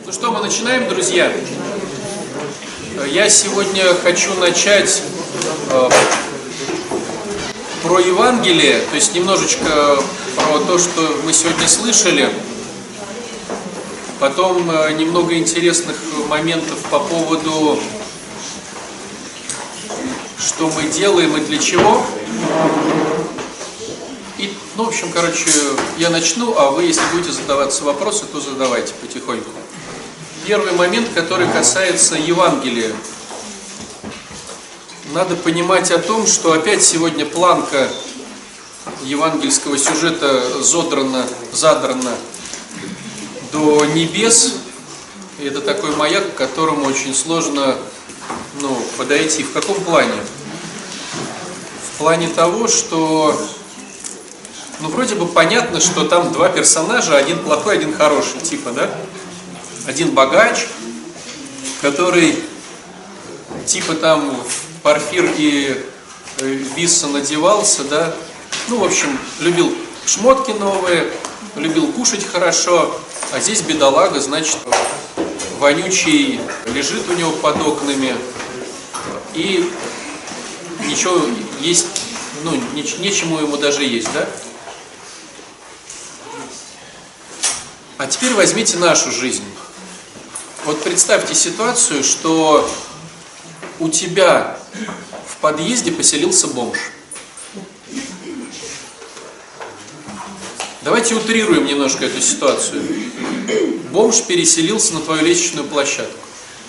Ну что, мы начинаем, друзья? Я сегодня хочу начать про Евангелие, то есть немножечко про то, что мы сегодня слышали, потом немного интересных моментов по поводу, что мы делаем и для чего. И, ну, в общем, короче, я начну, а вы, если будете задаваться вопросы, то задавайте потихоньку. Первый момент, который касается Евангелия. Надо понимать о том, что опять сегодня планка евангельского сюжета задрана до небес. И это такой маяк, к которому очень сложно подойти. В каком плане? В плане того, что вроде бы понятно, что там два персонажа, один плохой, один хороший, типа, да? Один богач, который типа там в парфир и висса надевался, да? В общем, любил шмотки новые, любил кушать хорошо, а здесь бедолага, значит, вонючий лежит у него под окнами, и ничего есть, нечему ему даже есть, да? А теперь возьмите нашу жизнь. Вот представьте ситуацию, что у тебя в подъезде поселился бомж. Давайте утрируем немножко эту ситуацию. Бомж переселился на твою лестничную площадку.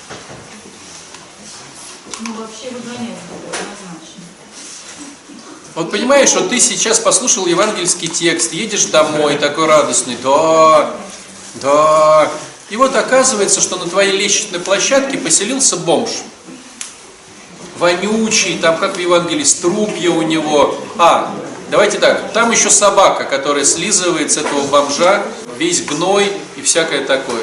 Вообще выгонять однозначно. Вот понимаешь, вот ты сейчас послушал евангельский текст, едешь домой, такой радостный, да. И вот оказывается, что на твоей лестничной площадке поселился бомж. Вонючий, там как в Евангелии, струпья у него. Давайте так, там еще собака, которая слизывает с этого бомжа весь гной и всякое такое.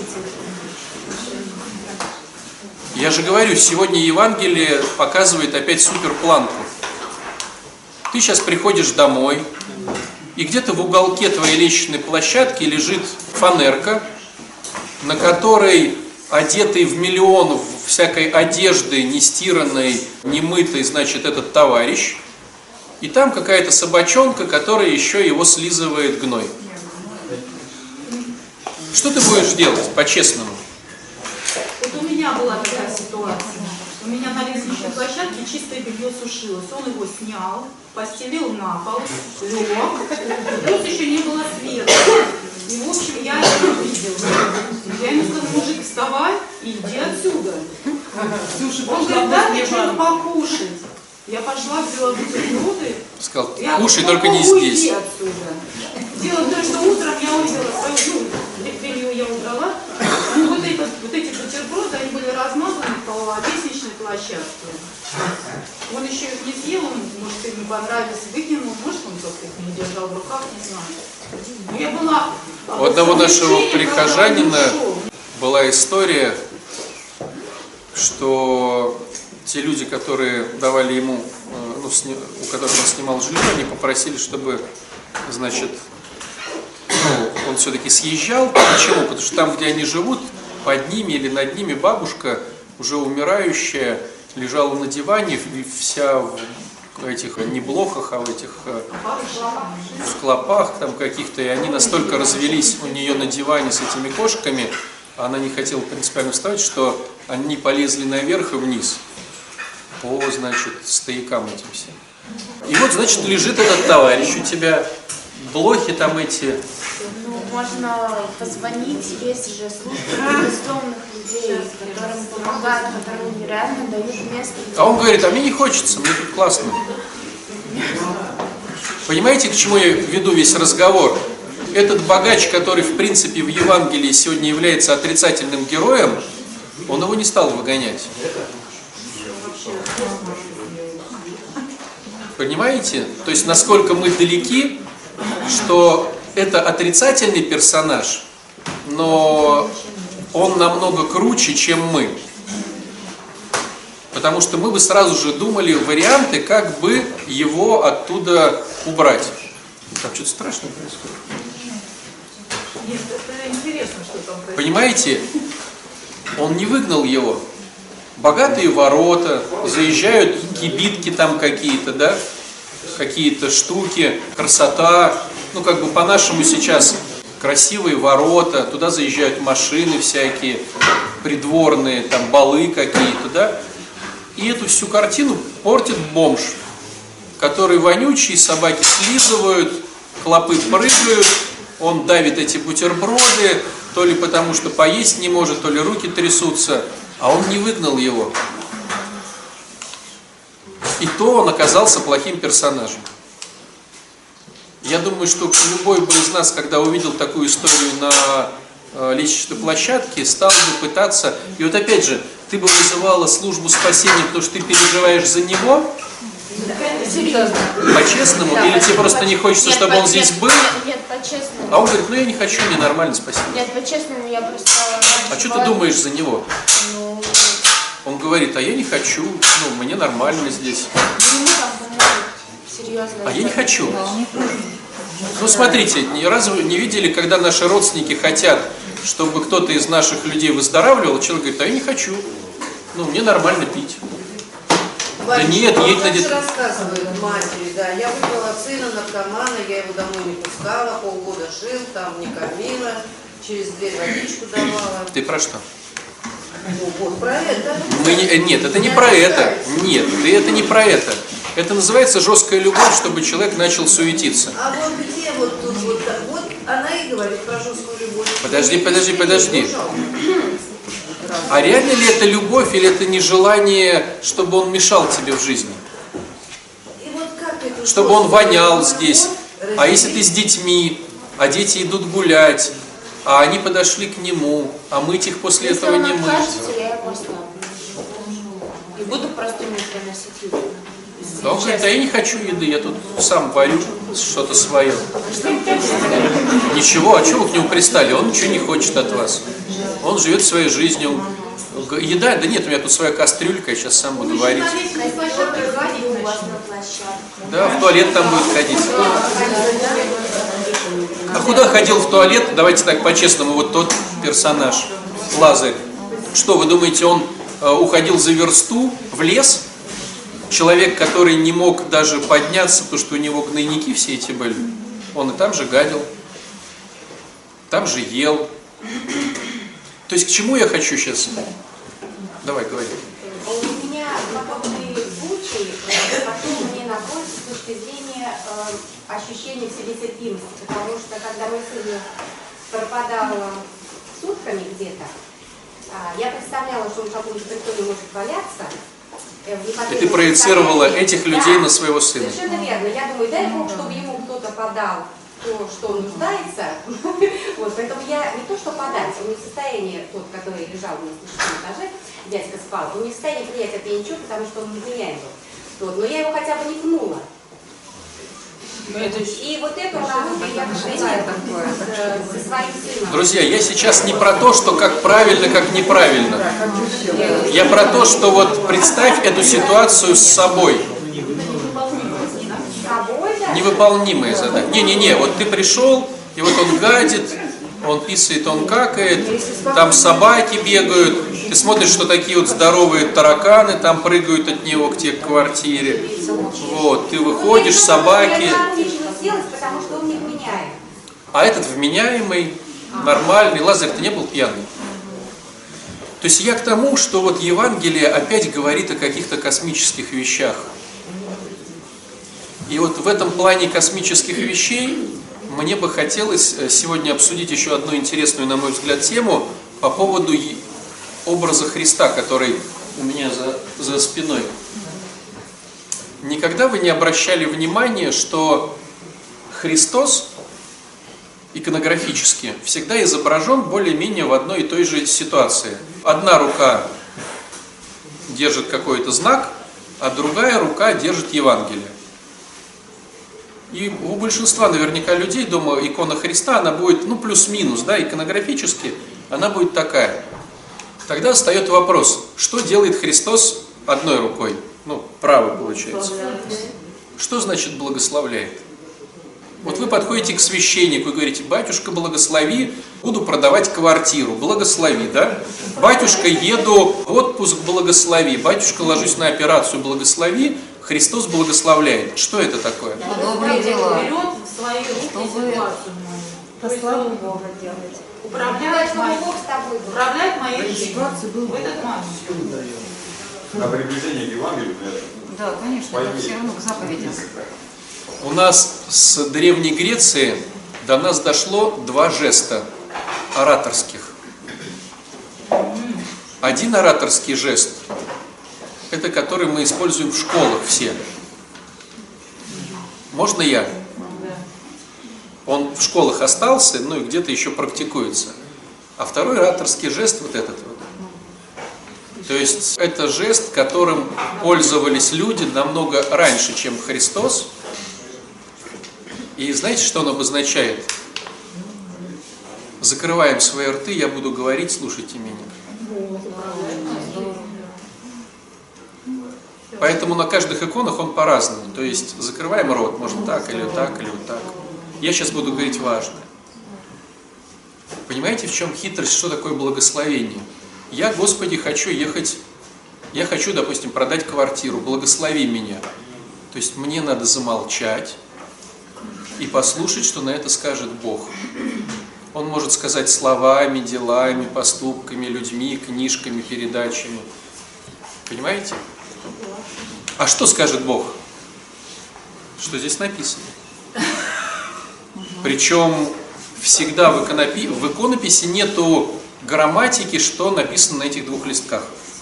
Я же говорю, сегодня Евангелие показывает опять суперпланку. Ты сейчас приходишь домой, и где-то в уголке твоей лестничной площадки лежит фанерка, на которой, одетый в миллион всякой одежды, не стиранной, не мытой, значит, этот товарищ. И там какая-то собачонка, которая еще его слизывает гной. Что ты будешь делать, по-честному? Вот у меня была такая ситуация. У меня на лестничной площадке чистое белье сушилось. Он его снял, постелил на пол, лег. Плюс еще не было света. И, в общем, я это увидела. Я ему сказала: мужик, вставай и иди отсюда. Он говорит: дай мне что-то покушать. Я пошла, взяла бутерброды. Сказал: кушай, только не здесь. Отсюда. Дело в том, что утром я увидела свою, белье я убрала. Вот эти бутерброды, они были размазаны по лестничной площадке. Он еще их не съел, может, им не понравилось, выкинул, может, он как-то их не держал в руках, не знаю. Я была... У одного нашего прихожанина была история, что те люди, которые давали ему, у которых он снимал жилье, они попросили, чтобы, значит, он все-таки съезжал. Почему? Потому что там, где они живут, под ними или над ними бабушка, уже умирающая, лежала на диване, вся в этих не блохах, а в этих в клопах там каких-то, и они настолько развелись у нее на диване с этими кошками, она не хотела принципиально вставать, что они полезли наверх и вниз по, значит, стоякам этим всем. И вот, значит, лежит этот товарищ у тебя, блохи там эти. Можно позвонить, есть же службы бездомных людей, которым помогают, которым реально дают место. А он говорит: а мне не хочется, мне тут классно. Понимаете, к чему я веду весь разговор? Этот богач, который, в принципе, в Евангелии сегодня является отрицательным героем, он его не стал выгонять. Понимаете? То есть, насколько мы далеки, что это отрицательный персонаж, но он намного круче, чем мы. Потому что мы бы сразу же думали варианты, как бы его оттуда убрать. Там что-то страшное происходит. Нет, это интересно, что там происходит. Понимаете? Он не выгнал его. Богатые ворота, заезжают кибитки там какие-то, да? Какие-то штуки, красота. Ну, как бы по-нашему сейчас красивые ворота, туда заезжают машины всякие, придворные, там балы какие-то, да? И эту всю картину портит бомж, который вонючий, собаки слизывают, клопы прыгают, он давит эти бутерброды, то ли потому что поесть не может, то ли руки трясутся, а он не выгнал его. И то он оказался плохим персонажем. Я думаю, что любой бы из нас, когда увидел такую историю на лестничной площадке, стал бы пытаться... И вот опять же, ты бы вызывала службу спасения, потому что ты переживаешь за него? Серьезно. По-честному? Да, или тебе просто не хочется, нет, чтобы он здесь был? Нет, по-честному. А он говорит, ну я не хочу, мне нормально, спасибо. Нет, по-честному, я просто... А что ты думаешь за него? Ну, Он говорит, а я не хочу, ну мне нормально здесь. ему там помогут. Серьезно. А я не хочу. Ну смотрите, ни разу не видели, когда наши родственники хотят, чтобы кто-то из наших людей выздоравливал, человек говорит, а я не хочу, ну мне нормально пить. Да нет, едь на детей. Рассказывают матери, да, я вызвала сына наркомана, я его домой не пускала, полгода жил, там не кормила, через дверь водичку давала. Ты про что? Ну вот, про это. Нет, это не про это. Нет, это не про это. Это называется жесткая любовь, чтобы человек начал суетиться. А вот где вот тут вот она и говорит про жесткую любовь. Подожди. А реально ли это любовь или это нежелание, чтобы он мешал тебе в жизни? И вот как это Чтобы он вонял здесь. А если ты с детьми, а дети идут гулять, а они подошли к нему, а мыть их после если этого он не мыть? откажется, я его оставлю. И буду просто ему приносить еду. Да он говорит, а я не хочу еды, я тут сам варю что-то свое. Ничего, а чего вы к нему пристали? Он ничего не хочет от вас. Он живет своей жизнью. Еда, да нет, у меня тут своя кастрюлька, я сейчас сам буду варить. У вас на площадке. Да, в туалет там будет ходить. А куда ходил в туалет, давайте так по-честному, вот тот персонаж, Лазарь. Что, вы думаете, он уходил за версту в лес? Человек, который не мог даже подняться, потому что у него гнойники все эти были. Он и там же гадил, там же ел. То есть к чему я хочу сейчас? Давай, говори. У меня подобный случай пошел мне на пользу с точки зрения ощущения вседостоверности, потому что когда мой сын пропадал сутками где-то, я представляла, что он в каком-то притоне может валяться. И ты проецировала этих людей на своего сына. Совершенно верно. Я думаю, дай Бог, чтобы ему кто-то подал то, что он нуждается. Вот, поэтому я не то, что подать, он не в состоянии, тот, который лежал у нас на 6 этаже, дядька спал, он не в состоянии принять от меня ничего, потому что он невменяем был. Вот, но я его хотя бы не пнула. И вот эту работу я со своим сыном. Друзья, я сейчас не про то, что как правильно, как неправильно. Я про то, что вот представь эту ситуацию с собой. Невыполнимые задания. Не-не-не, вот ты пришел, и вот он гадит, он писает, он какает, там собаки бегают, ты смотришь, что такие вот здоровые тараканы там прыгают от него к тебе к квартире. Вот, ты выходишь, собаки. Нечего сделать, потому что он не вменяем. А этот вменяемый, нормальный. Лазарь, ты не был пьяный? То есть я к тому, что вот Евангелие опять говорит о каких-то космических вещах. И вот в этом плане космических вещей мне бы хотелось сегодня обсудить еще одну интересную, на мой взгляд, тему по поводу образа Христа, который у меня за спиной. Никогда вы не обращали внимания, что Христос иконографически всегда изображен более-менее в одной и той же ситуации. Одна рука держит какой-то знак, а другая рука держит Евангелие. И у большинства наверняка людей дома икона Христа, она будет, ну, плюс-минус, да, иконографически, она будет такая. Тогда встает вопрос, что делает Христос одной рукой? Ну, правой получается. Что значит благословляет? Вот вы подходите к священнику и говорите: батюшка, благослови, буду продавать квартиру, благослови, да? Батюшка, еду в отпуск, благослови. Батюшка, ложусь на операцию, благослови. Христос благословляет. Что это такое? Добрые дела. Берет в свои руки ситуацию мою. По славу Бога делать. Управляет моей Бог с тобой был. управляет моей жизнью в этот момент. На приближение к Евангелию, наверное. Да, конечно, это все равно к заповедям. У нас с Древней Греции до нас дошло два жеста ораторских. Один ораторский жест – это который мы используем в школах все. Можно я? Он в школах остался, ну и где-то еще практикуется. А второй ораторский жест вот этот вот. То есть это жест, которым пользовались люди намного раньше, чем Христос. И знаете, что он обозначает? Закрываем свои рты, я буду говорить, слушайте меня. Поэтому на каждых иконах он по-разному. То есть закрываем рот, можно так или так, или вот так. Я сейчас буду говорить важное. Понимаете, в чем хитрость, что такое благословение? Я, Господи, хочу ехать, я хочу, допустим, продать квартиру, благослови меня. То есть мне надо замолчать и послушать, что на это скажет Бог. Он может сказать словами, делами, поступками, людьми, книжками, передачами. Понимаете? А что скажет Бог? Что здесь написано. Причем всегда в иконописи нету грамматики, что написано на этих двух листках.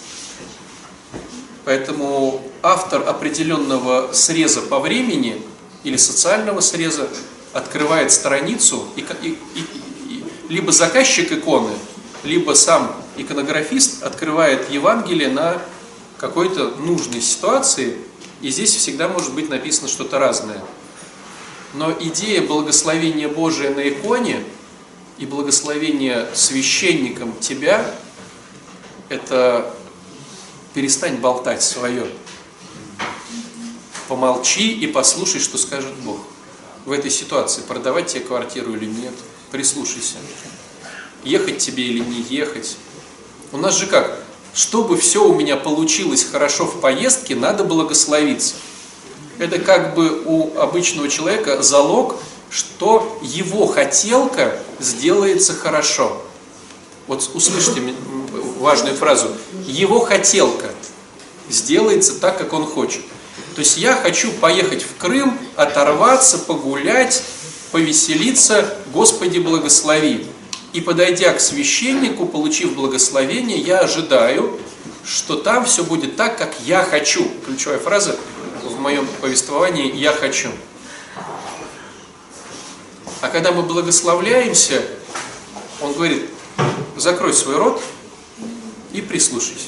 Поэтому автор определенного среза по времени или социального среза открывает страницу, и либо заказчик иконы, либо сам иконографист открывает Евангелие на какой-то нужной ситуации, и здесь всегда может быть написано что-то разное. Но идея благословения Божия на иконе и благословение священником тебя – это перестань болтать свое. Помолчи и послушай, что скажет Бог. В этой ситуации продавать тебе квартиру или нет, прислушайся. Ехать тебе или не ехать. У нас же как? Чтобы все у меня получилось хорошо в поездке, надо благословиться. Это как бы у обычного человека залог, что его хотелка сделается хорошо. Вот услышите важную фразу. Его хотелка сделается так, как он хочет. То есть я хочу поехать в Крым, оторваться, погулять, повеселиться, Господи, благослови. И подойдя к священнику, получив благословение, я ожидаю, что там все будет так, как я хочу. Ключевая фраза в моем повествовании «я хочу». А когда мы благословляемся, он говорит: закрой свой рот и прислушайся.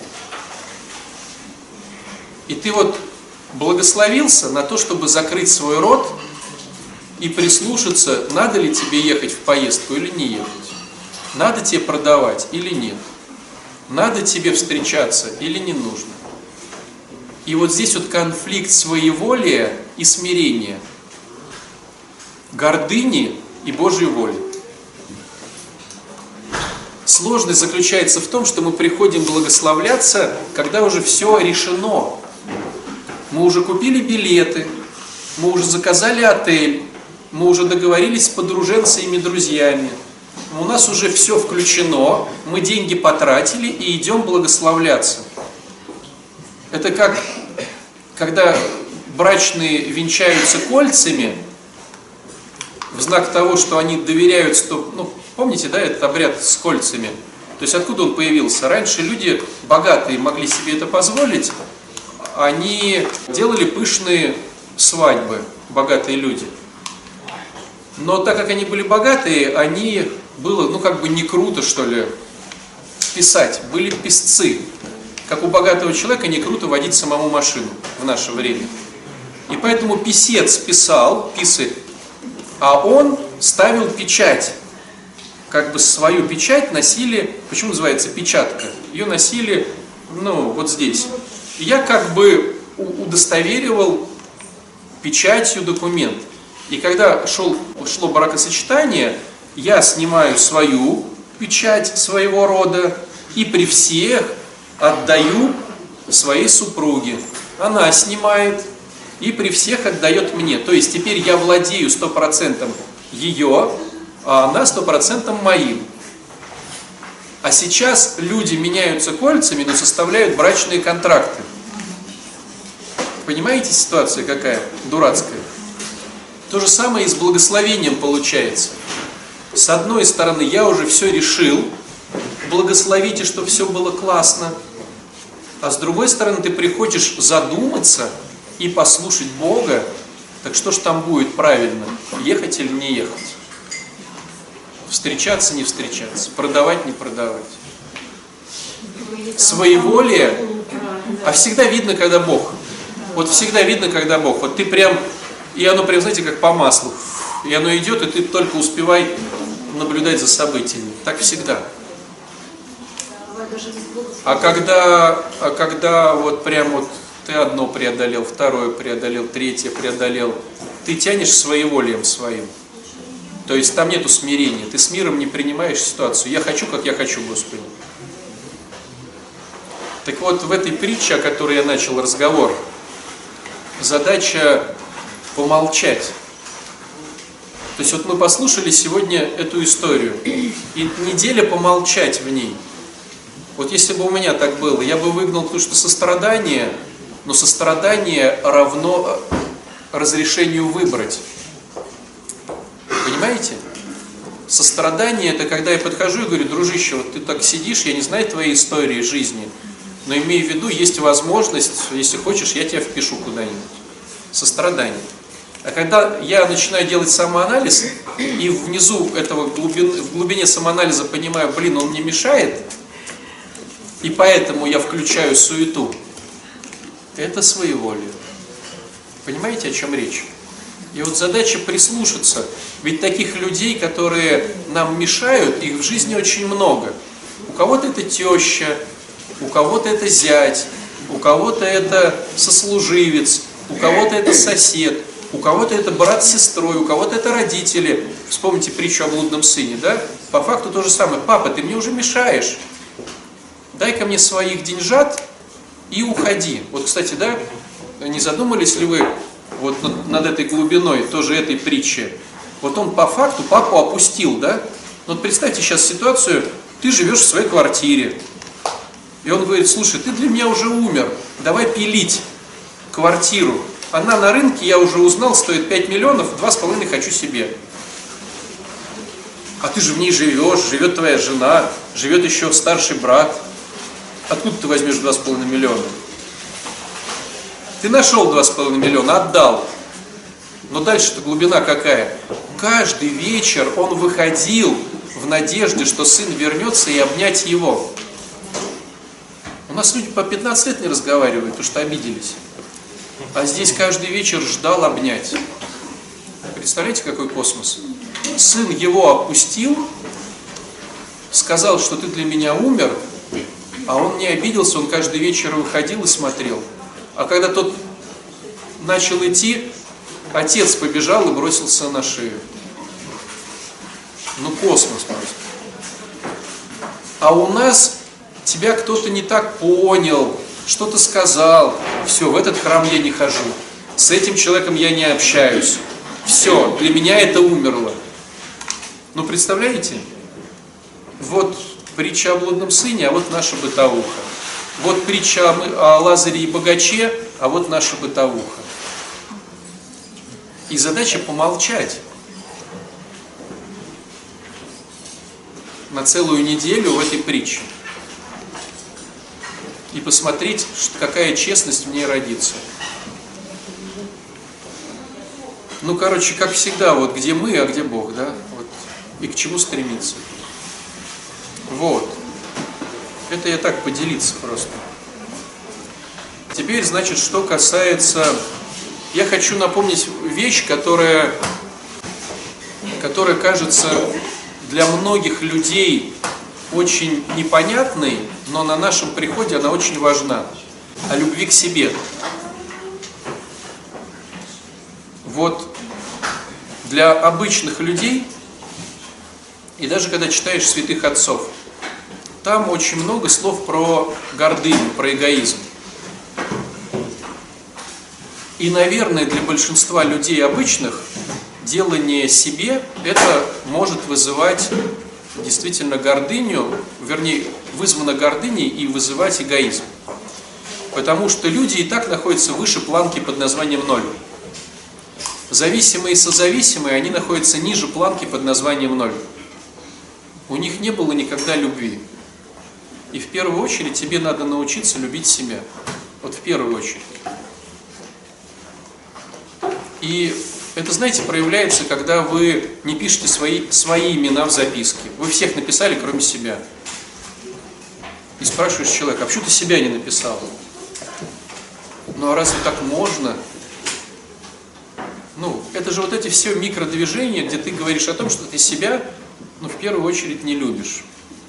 И ты вот благословился на то, чтобы закрыть свой рот и прислушаться, надо ли тебе ехать в поездку или не ехать. Надо тебе продавать или нет. Надо тебе встречаться или не нужно. И вот здесь вот конфликт своеволия и смирения, гордыни и Божьей воли. Сложность заключается в том, что мы приходим благословляться, когда уже все решено. Мы уже купили билеты, мы уже заказали отель, мы уже договорились с подруженцами и друзьями. У нас уже все включено, мы деньги потратили и идем благословляться. Это как, когда брачные венчаются кольцами, в знак того, что они доверяют, что, помните, да, этот обряд с кольцами? То есть откуда он появился? Раньше люди богатые могли себе это позволить, они делали пышные свадьбы, богатые люди. Но так как они были богатые, они было, не круто, что ли, писать. Были писцы. Как у богатого человека не круто водить самому машину в наше время. И поэтому писец писал, писарь, а он ставил печать. Как бы свою печать носили, почему называется печатка? Ее носили, вот здесь. И я как бы удостоверивал печатью документ. И когда шло бракосочетание, я снимаю свою печать своего рода и при всех отдаю своей супруге. Она снимает и при всех отдает мне. То есть теперь я владею 100% ее, а она 100% моим. А сейчас люди меняются кольцами, но составляют брачные контракты. Понимаете, ситуация какая дурацкая? То же самое и с благословением получается. С одной стороны, я уже все решил, благословите, чтобы все было классно. А с другой стороны, ты приходишь задуматься и послушать Бога, так что ж там будет правильно, ехать или не ехать? Встречаться, не встречаться, продавать, не продавать. Своеволие, а всегда видно, когда Бог. Вот всегда видно, когда Бог. Вот ты прям, и оно прям, знаете, как по маслу. И оно идет, и ты только успевай наблюдать за событиями. Так всегда. А когда вот прям вот ты одно преодолел, второе преодолел, третье преодолел, ты тянешь своеволием своим. То есть там нету смирения. Ты с миром не принимаешь ситуацию. Я хочу, как я хочу, Господи. Так вот, в этой притче, о которой я начал разговор, задача помолчать. То есть вот мы послушали сегодня эту историю, и неделя помолчать в ней. Вот если бы у меня так было, я бы выгнал, потому что сострадание, но сострадание равно разрешению выбрать. Понимаете? Сострадание — это когда я подхожу и говорю: дружище, вот ты так сидишь, я не знаю твоей истории жизни, но имей в виду, есть возможность, если хочешь, я тебя впишу куда-нибудь. Сострадание. А когда я начинаю делать самоанализ, и внизу этого, в глубине самоанализа понимаю, блин, он мне мешает, и поэтому я включаю суету, это своеволие. Понимаете, о чем речь? И вот задача прислушаться. Ведь таких людей, которые нам мешают, их в жизни очень много. У кого-то это теща, у кого-то это зять, у кого-то это сослуживец, у кого-то это сосед, у кого-то это брат с сестрой, у кого-то это родители. Вспомните притчу о блудном сыне, да? По факту то же самое. Папа, ты мне уже мешаешь. Дай-ка мне своих деньжат и уходи. Вот, кстати, да, не задумались ли вы вот над этой глубиной тоже этой притчи? Вот он по факту папу опустил, да? Вот представьте сейчас ситуацию, ты живешь в своей квартире, и он говорит: слушай, ты для меня уже умер, давай пилить квартиру. Она на рынке, я уже узнал, стоит 5 миллионов, 2,5 хочу себе. А ты же в ней живешь, живет твоя жена, живет еще старший брат. Откуда ты возьмешь 2,5 миллиона? Ты нашел 2,5 миллиона, отдал. Но дальше-то глубина какая? Каждый вечер он выходил в надежде, что сын вернется, и обнять его. У нас люди по 15 лет не разговаривают, потому что обиделись. А здесь каждый вечер ждал обнять. Представляете, какой космос? Сын его опустил, сказал, что ты для меня умер, а он не обиделся, он каждый вечер выходил и смотрел. А когда тот начал идти, отец побежал и бросился на шею. Ну, космос просто. А у нас тебя кто-то не так понял, что-то сказал. Все, в этот храм я не хожу. С этим человеком я не общаюсь. Все, для меня это умерло. Ну, представляете? Вот притча о блудном сыне, а вот наша бытовуха. Вот притча о Лазаре и богаче, а вот наша бытовуха. И задача помолчать на целую неделю в этой притче. И посмотреть, какая честность в ней родится. Ну, короче, как всегда, вот где мы, а где Бог, да? Вот. И к чему стремиться. Вот. Это я так поделиться просто. Теперь, значит, что касается... Я хочу напомнить вещь, которая кажется для многих людей очень непонятной, но на нашем приходе она очень важна. О любви к себе. Вот для обычных людей, и даже когда читаешь святых отцов, там очень много слов про гордыню, про эгоизм. И, наверное, для большинства людей обычных делание себе это может вызывать действительно гордыню, вернее, вызвано гордыней и вызывать эгоизм. Потому что люди и так находятся выше планки под названием 0. Зависимые и созависимые, они находятся ниже планки под названием 0. У них не было никогда любви. И в первую очередь тебе надо научиться любить себя. Вот в первую очередь. И это, знаете, проявляется, когда вы не пишете свои имена в записке. Вы всех написали, кроме себя. И спрашиваешь человека, а почему ты себя не написал? Ну а разве так можно? Ну, это же вот эти все микродвижения, где ты говоришь о том, что ты себя, ну, в первую очередь не любишь.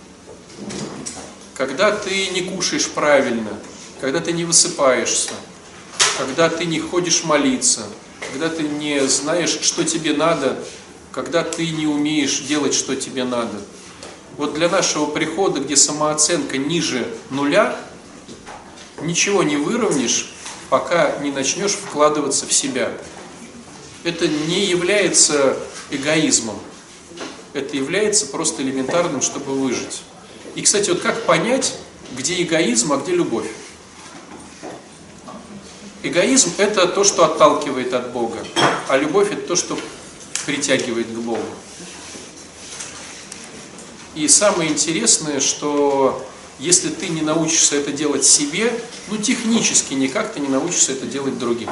Когда ты не кушаешь правильно, когда ты не высыпаешься, когда ты не ходишь молиться, когда ты не знаешь, что тебе надо, когда ты не умеешь делать, что тебе надо. Вот для нашего прихода, где самооценка ниже 0, ничего не выровняешь, пока не начнешь вкладываться в себя. Это не является эгоизмом. Это является просто элементарным, чтобы выжить. И, кстати, вот как понять, где эгоизм, а где любовь? Эгоизм – это то, что отталкивает от Бога, а любовь – это то, что притягивает к Богу. И самое интересное, что если ты не научишься это делать себе, ну технически никак ты не научишься это делать другим.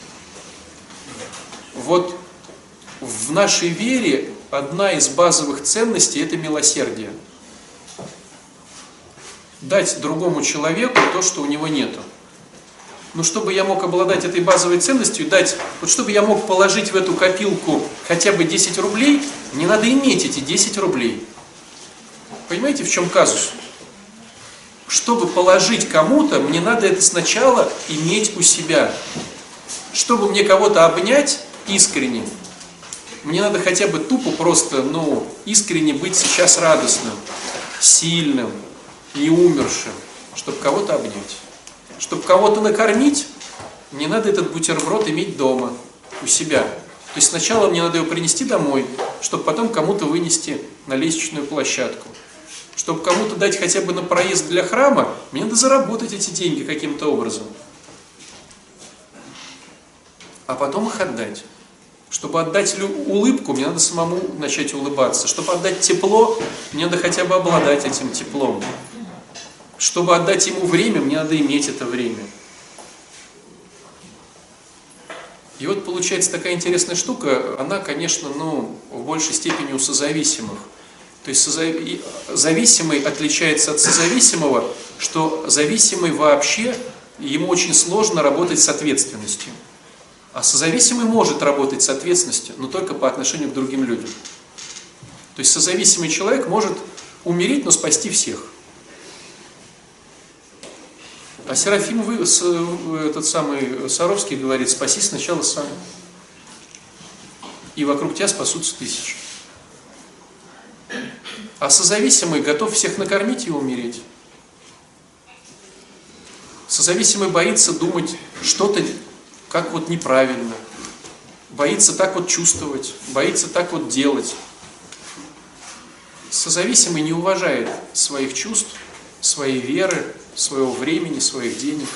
Вот в нашей вере одна из базовых ценностей – это милосердие. Дать другому человеку то, что у него нету. Но чтобы я мог обладать этой базовой ценностью, вот чтобы я мог положить в эту копилку хотя бы 10 рублей, мне надо иметь эти 10 рублей. Понимаете, в чем казус? Чтобы положить кому-то, мне надо это сначала иметь у себя. Чтобы мне кого-то обнять искренне, мне надо хотя бы тупо просто, искренне быть сейчас радостным, сильным, не умершим, чтобы кого-то обнять. Чтобы кого-то накормить, мне надо этот бутерброд иметь дома, у себя. То есть сначала мне надо его принести домой, чтобы потом кому-то вынести на лестничную площадку. Чтобы кому-то дать хотя бы на проезд для храма, мне надо заработать эти деньги каким-то образом. А потом их отдать. Чтобы отдать улыбку, мне надо самому начать улыбаться. Чтобы отдать тепло, мне надо хотя бы обладать этим теплом. Чтобы отдать ему время, мне надо иметь это время. И вот получается такая интересная штука, она, конечно, в большей степени у созависимых. То есть зависимый отличается от созависимого, что зависимый вообще, ему очень сложно работать с ответственностью. А созависимый может работать с ответственностью, но только по отношению к другим людям. То есть созависимый человек может умереть, но спасти всех. А Серафим, этот самый Саровский говорит, спаси сначала сам. И вокруг тебя спасутся тысячи. А созависимый готов всех накормить и умереть. Созависимый боится думать что-то как вот неправильно. Боится так вот чувствовать, боится так вот делать. Созависимый не уважает своих чувств, своей веры, своего времени, своих денег.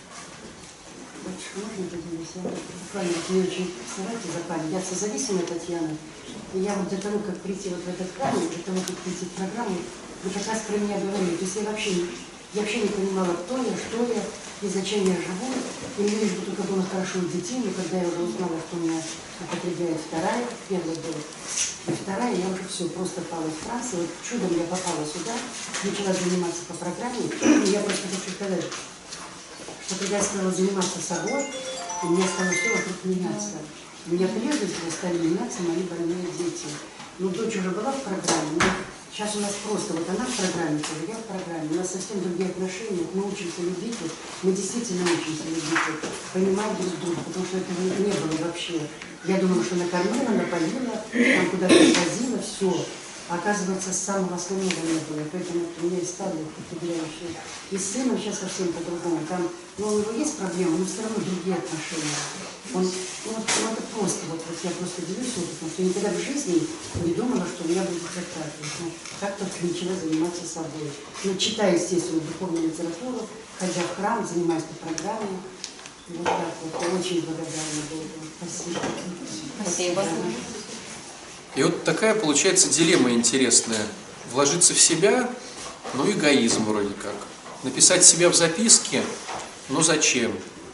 Можно, Татьяна, буквально не очень старайтесь за память. Я созависимая Татьяна. И я вот для того, как прийти вот в этот камень, для того, как прийти в программу, вы как раз про меня говорили. То есть я вообще не понимала, кто я, что я и зачем я живу. И мне лишь бы только было хорошо у детей, но когда я уже узнала, что меня употребляет первая была, и вторая, я уже все, просто пала в транс. И вот чудом я попала сюда, начала заниматься по программе. И я просто хочу сказать, что когда я стала заниматься собой, у меня стало все вокруг меняться. У меня прежде всего стали меняться мои больные дети. Ну, дочь уже была в программе, но Сейчас у нас просто, вот она в программе, тоже я в программе, у нас совсем другие отношения, мы учимся любить, вот, мы действительно учимся любить, вот, понимать друг друга, потому что этого не было вообще. Я думала, что накормила, напоила, там куда-то свозила, все. Оказывается, с самого основного не было, поэтому у меня и стало определяющее. И с сыном сейчас совсем по-другому. Там, ну, у него есть проблемы, но все равно другие отношения. Он, ну, это просто, вот я просто делюсь опытом, что никогда в жизни не думала, что у меня будет вот так. Ну, как только начала заниматься собой. Ну, читая, естественно, духовную литературу, ходя в храм, занимаясь по программе. Вот так вот. Я очень благодарна Богу. Спасибо. Спасибо. И вот такая получается дилемма интересная. Вложиться в себя, ну эгоизм вроде как. Написать себя в записке, ну зачем?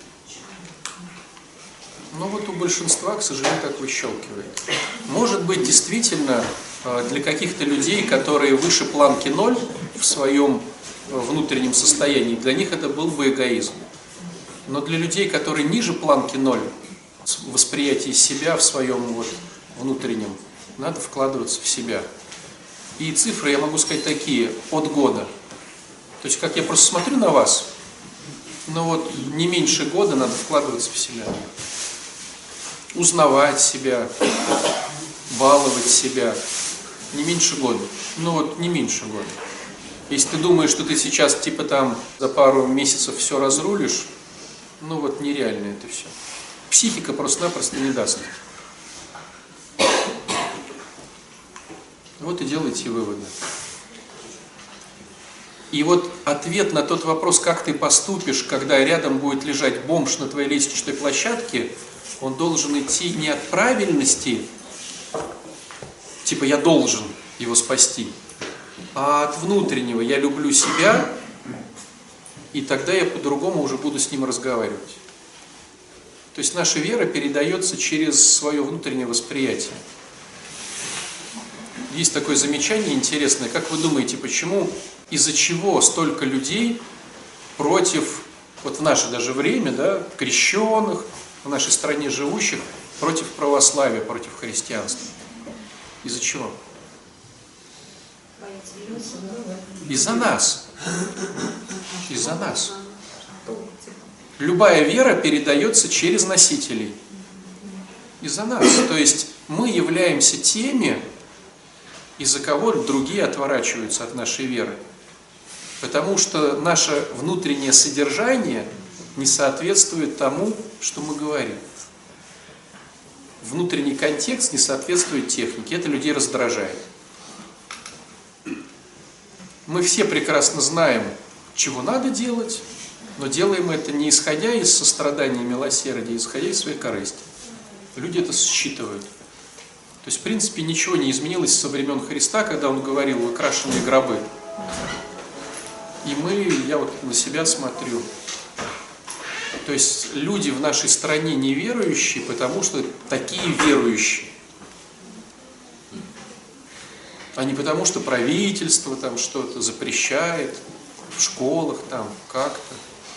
Ну вот у большинства, к сожалению, так выщелкивает. Может быть, действительно, для каких-то людей, которые выше планки 0 в своем внутреннем состоянии, для них это был бы эгоизм. Но для людей, которые ниже планки 0, в восприятии себя в своем вот внутреннем, надо вкладываться в себя. И цифры, я могу сказать, такие, от года. То есть, как я просто смотрю на вас, ну вот, не меньше года надо вкладываться в себя. Узнавать себя, баловать себя. Не меньше года. Ну вот, не меньше года. Если ты думаешь, что ты сейчас, типа там, за пару месяцев все разрулишь, ну вот, нереально это все. Психика просто-напросто не даст. Вот и делайте выводы. И вот ответ на тот вопрос, как ты поступишь, когда рядом будет лежать бомж на твоей лестничной площадке, он должен идти не от правильности, типа я должен его спасти, а от внутреннего я люблю себя, и тогда я по-другому уже буду с ним разговаривать. То есть наша вера передается через свое внутреннее восприятие. Есть такое замечание интересное. Как вы думаете, почему, из-за чего столько людей против, вот в наше даже время, да, крещенных, в нашей стране живущих, против православия, против христианства? Из-за чего? Из-за нас. Из-за нас. Любая вера передается через носителей. Из-за нас. То есть мы являемся теми, из-за кого другие отворачиваются от нашей веры. Потому что наше внутреннее содержание не соответствует тому, что мы говорим. Внутренний контекст не соответствует технике. Это людей раздражает. Мы все прекрасно знаем, чего надо делать, но делаем это не исходя из сострадания и милосердия, а исходя из своей корысти. Люди это считывают. То есть, в принципе, ничего не изменилось со времен Христа, когда Он говорил «выкрашенные гробы». И я вот на себя смотрю. То есть, люди в нашей стране неверующие, потому что такие верующие. А не потому, что правительство там что-то запрещает, в школах там как-то.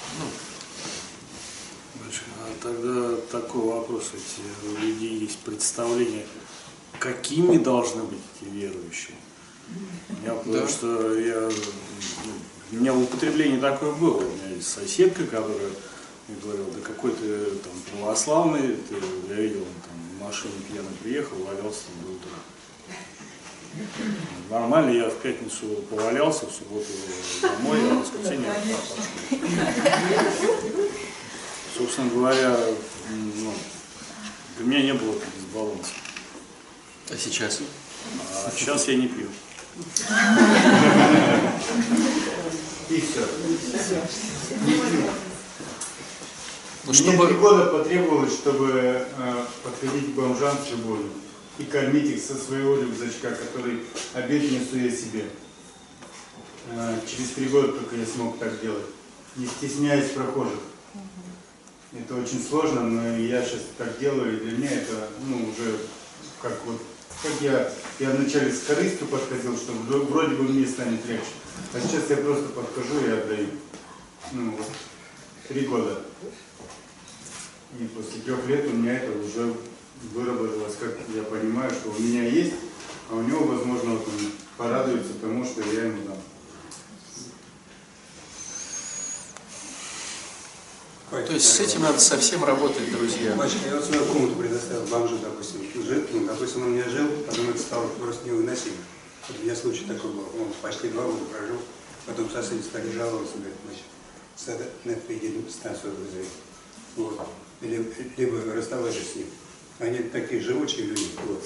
А тогда такой вопрос, ведь у людей есть представление, какими должны быть эти верующие. Потому что у меня в употреблении такое было. У меня есть соседка, которая мне говорила, да какой ты там православный, я видел, он там в машине пьяный приехал, валялся там до утра. Нормально, я в пятницу повалялся, в субботу домой, а в воскресенье пошел. Собственно говоря, для меня не было дисбаланса. А сейчас? А сейчас я не пью. И все. Ну, Мне 3 года потребовалось, чтобы подходить к бомжам с любовью и кормить их со своего рюкзачка, который обед несу я себе. Через 3 года только я смог так делать, не стесняясь прохожих. Это очень сложно, но я сейчас так делаю, и для меня это, уже как я вначале с корыстью подходил, что вроде бы мне станет легче. А сейчас я просто подхожу и отдаю. 3 года. И после 3 лет у меня это уже выработалось, как я понимаю, что у меня есть, а у него, возможно, вот он порадуется тому, что я ему дам. То есть с этим надо совсем работать, друзья. Батюшка, я вот свою комнату предоставил бомжу, допустим, допустим, он у меня жил, потом это стало просто невыносимо. Вот у меня случай такой был, он почти 2 года прожил, потом соседи стали жаловаться, говорят, значит, на станцию вызови. Вот. Либо расставайся с ним. Они такие живучие люди. Вот.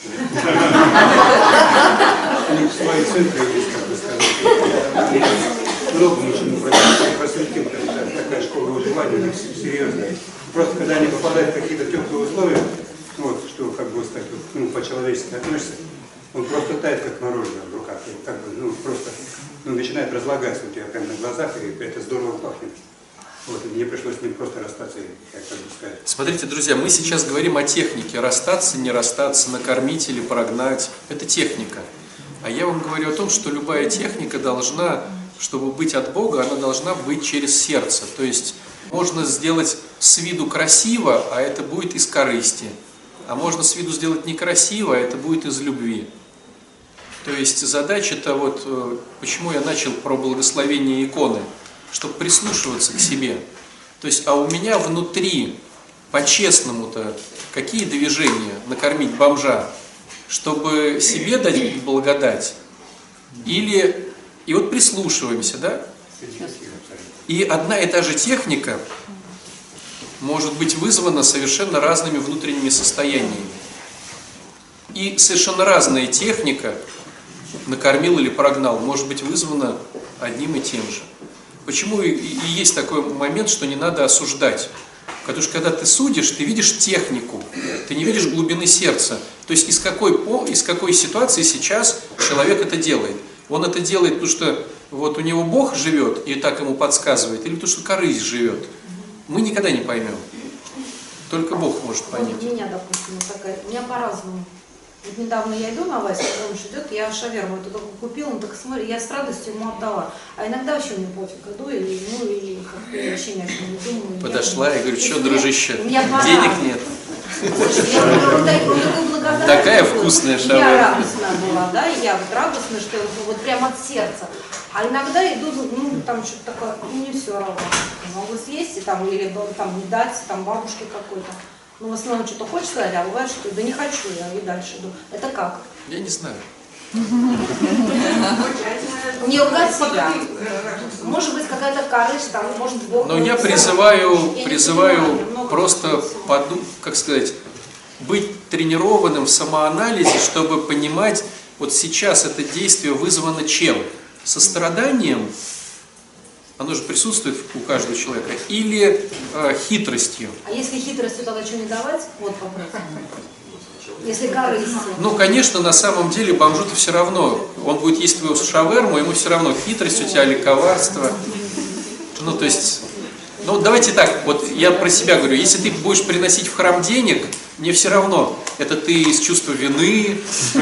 Они свои центры есть, как бы сказать. Много мужчин просветил, такая школа выживания, у них серьезная. Просто когда они попадают в какие-то теплые условия, вот, что как бы так, ну, по-человечески относится, он просто тает, как мороженое в руках. И как бы, ну, просто начинает разлагаться у тебя прямо на глазах, и это здорово пахнет. Вот, и мне пришлось с ним просто расстаться, как бы сказать. Смотрите, друзья, мы сейчас говорим о технике. Расстаться, не расстаться, накормить или прогнать. Это техника. А я вам говорю о том, что любая техника должна, чтобы быть от Бога, она должна быть через сердце. То есть можно сделать с виду красиво, а это будет из корысти. А можно с виду сделать некрасиво, а это будет из любви. То есть задача-то вот, почему я начал про благословение иконы, чтобы прислушиваться к себе. То есть, а у меня внутри, по-честному-то, какие движения накормить бомжа? Чтобы себе дать благодать? Или, и вот прислушиваемся, да? И одна и та же техника может быть вызвана совершенно разными внутренними состояниями. И совершенно разная техника, накормил или прогнал, может быть вызвана одним и тем же. Почему и есть такой момент, что не надо осуждать? Потому что когда ты судишь, ты видишь технику, ты не видишь глубины сердца. То есть из какой ситуации сейчас человек это делает. Он это делает, потому что вот у него Бог живет и так ему подсказывает, или потому что корысть живет. Мы никогда не поймем. Только Бог может понять. Вот у меня, допустим, такая, у меня по-разному. Вот недавно я иду на Ваську, он идет, я шаверму эту только купила, он так смотрит, я с радостью ему отдала. А иногда вообще мне пофиг, иду, и как-то я вообще ни о чем не думаю. Подошла и говорю, что, дружище, денег нет. Я такая вкусная шаверма. Я радостная была, да, и я вот радостная, что вот прям от сердца. А иногда иду, ну, там что-то такое, ну, не все равно. Могу съесть, и, там, или там, не дать, там, бабушке какой-то. Ну, в основном что-то хочется дать, а бывает, что да не хочу, я и дальше иду. Это как? Я не знаю. Не ругать себя. Может быть, какая-то корысть, там, может, Бог... Но я призываю просто, как сказать, быть тренированным в самоанализе, чтобы понимать, вот сейчас это действие вызвано чем? Состраданием, оно же присутствует у каждого человека, или хитростью. А если хитростью, тогда что не давать? Вот вопрос. Если корыстью. Ну, конечно, на самом деле бомжу-то все равно, он будет есть твою шаверму, ему все равно хитрость у тебя или коварство. Ну, то есть, ну, давайте так, вот я про себя говорю, если ты будешь приносить в храм денег, мне все равно, это ты из чувства вины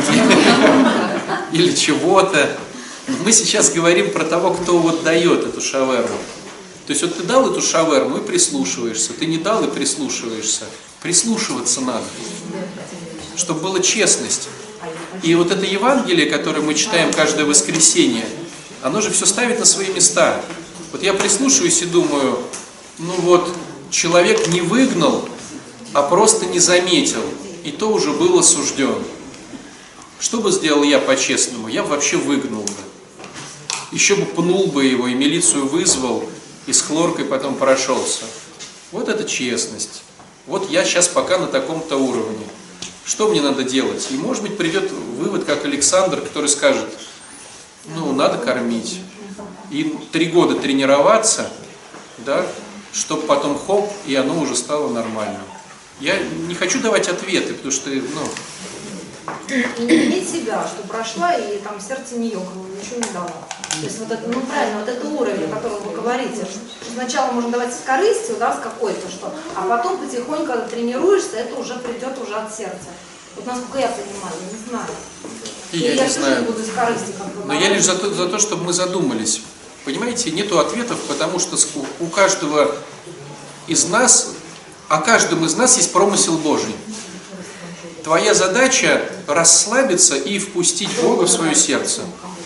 или чего-то. Мы сейчас говорим про того, кто вот дает эту шаверму. То есть вот ты дал эту шаверму и прислушиваешься, ты не дал и прислушиваешься. Прислушиваться надо, чтобы была честность. И вот это Евангелие, которое мы читаем каждое воскресенье, оно же все ставит на свои места. Вот я прислушиваюсь и думаю, ну вот человек не выгнал, а просто не заметил, и то уже был осужден. Что бы сделал я по-честному? Я бы вообще выгнал бы. Еще бы пнул бы его, и милицию вызвал, и с хлоркой потом прошелся. Вот это честность. Вот я сейчас пока на таком-то уровне. Что мне надо делать? И может быть придет вывод, как Александр, который скажет, ну надо кормить. И 3 года тренироваться, да, чтобы потом хоп, и оно уже стало нормальным. Я не хочу давать ответы, потому что, ну... И не иметь себя, что прошла, и там сердце не ёкнуло, ничего не дало. То есть вот это, ну правильно, вот это уровень, о котором вы говорите, что сначала можно давать с корыстью, да, с какой-то, что, а потом потихоньку, когда тренируешься, это уже придет уже от сердца. Вот насколько я понимаю, я не знаю. И я не знаю. Не буду с корыстью, как бы, но я лишь за то, чтобы мы задумались. Понимаете, нету ответов, потому что у каждого из нас, о каждом из нас есть промысел Божий. Твоя задача расслабиться и впустить Бога в свое сердце.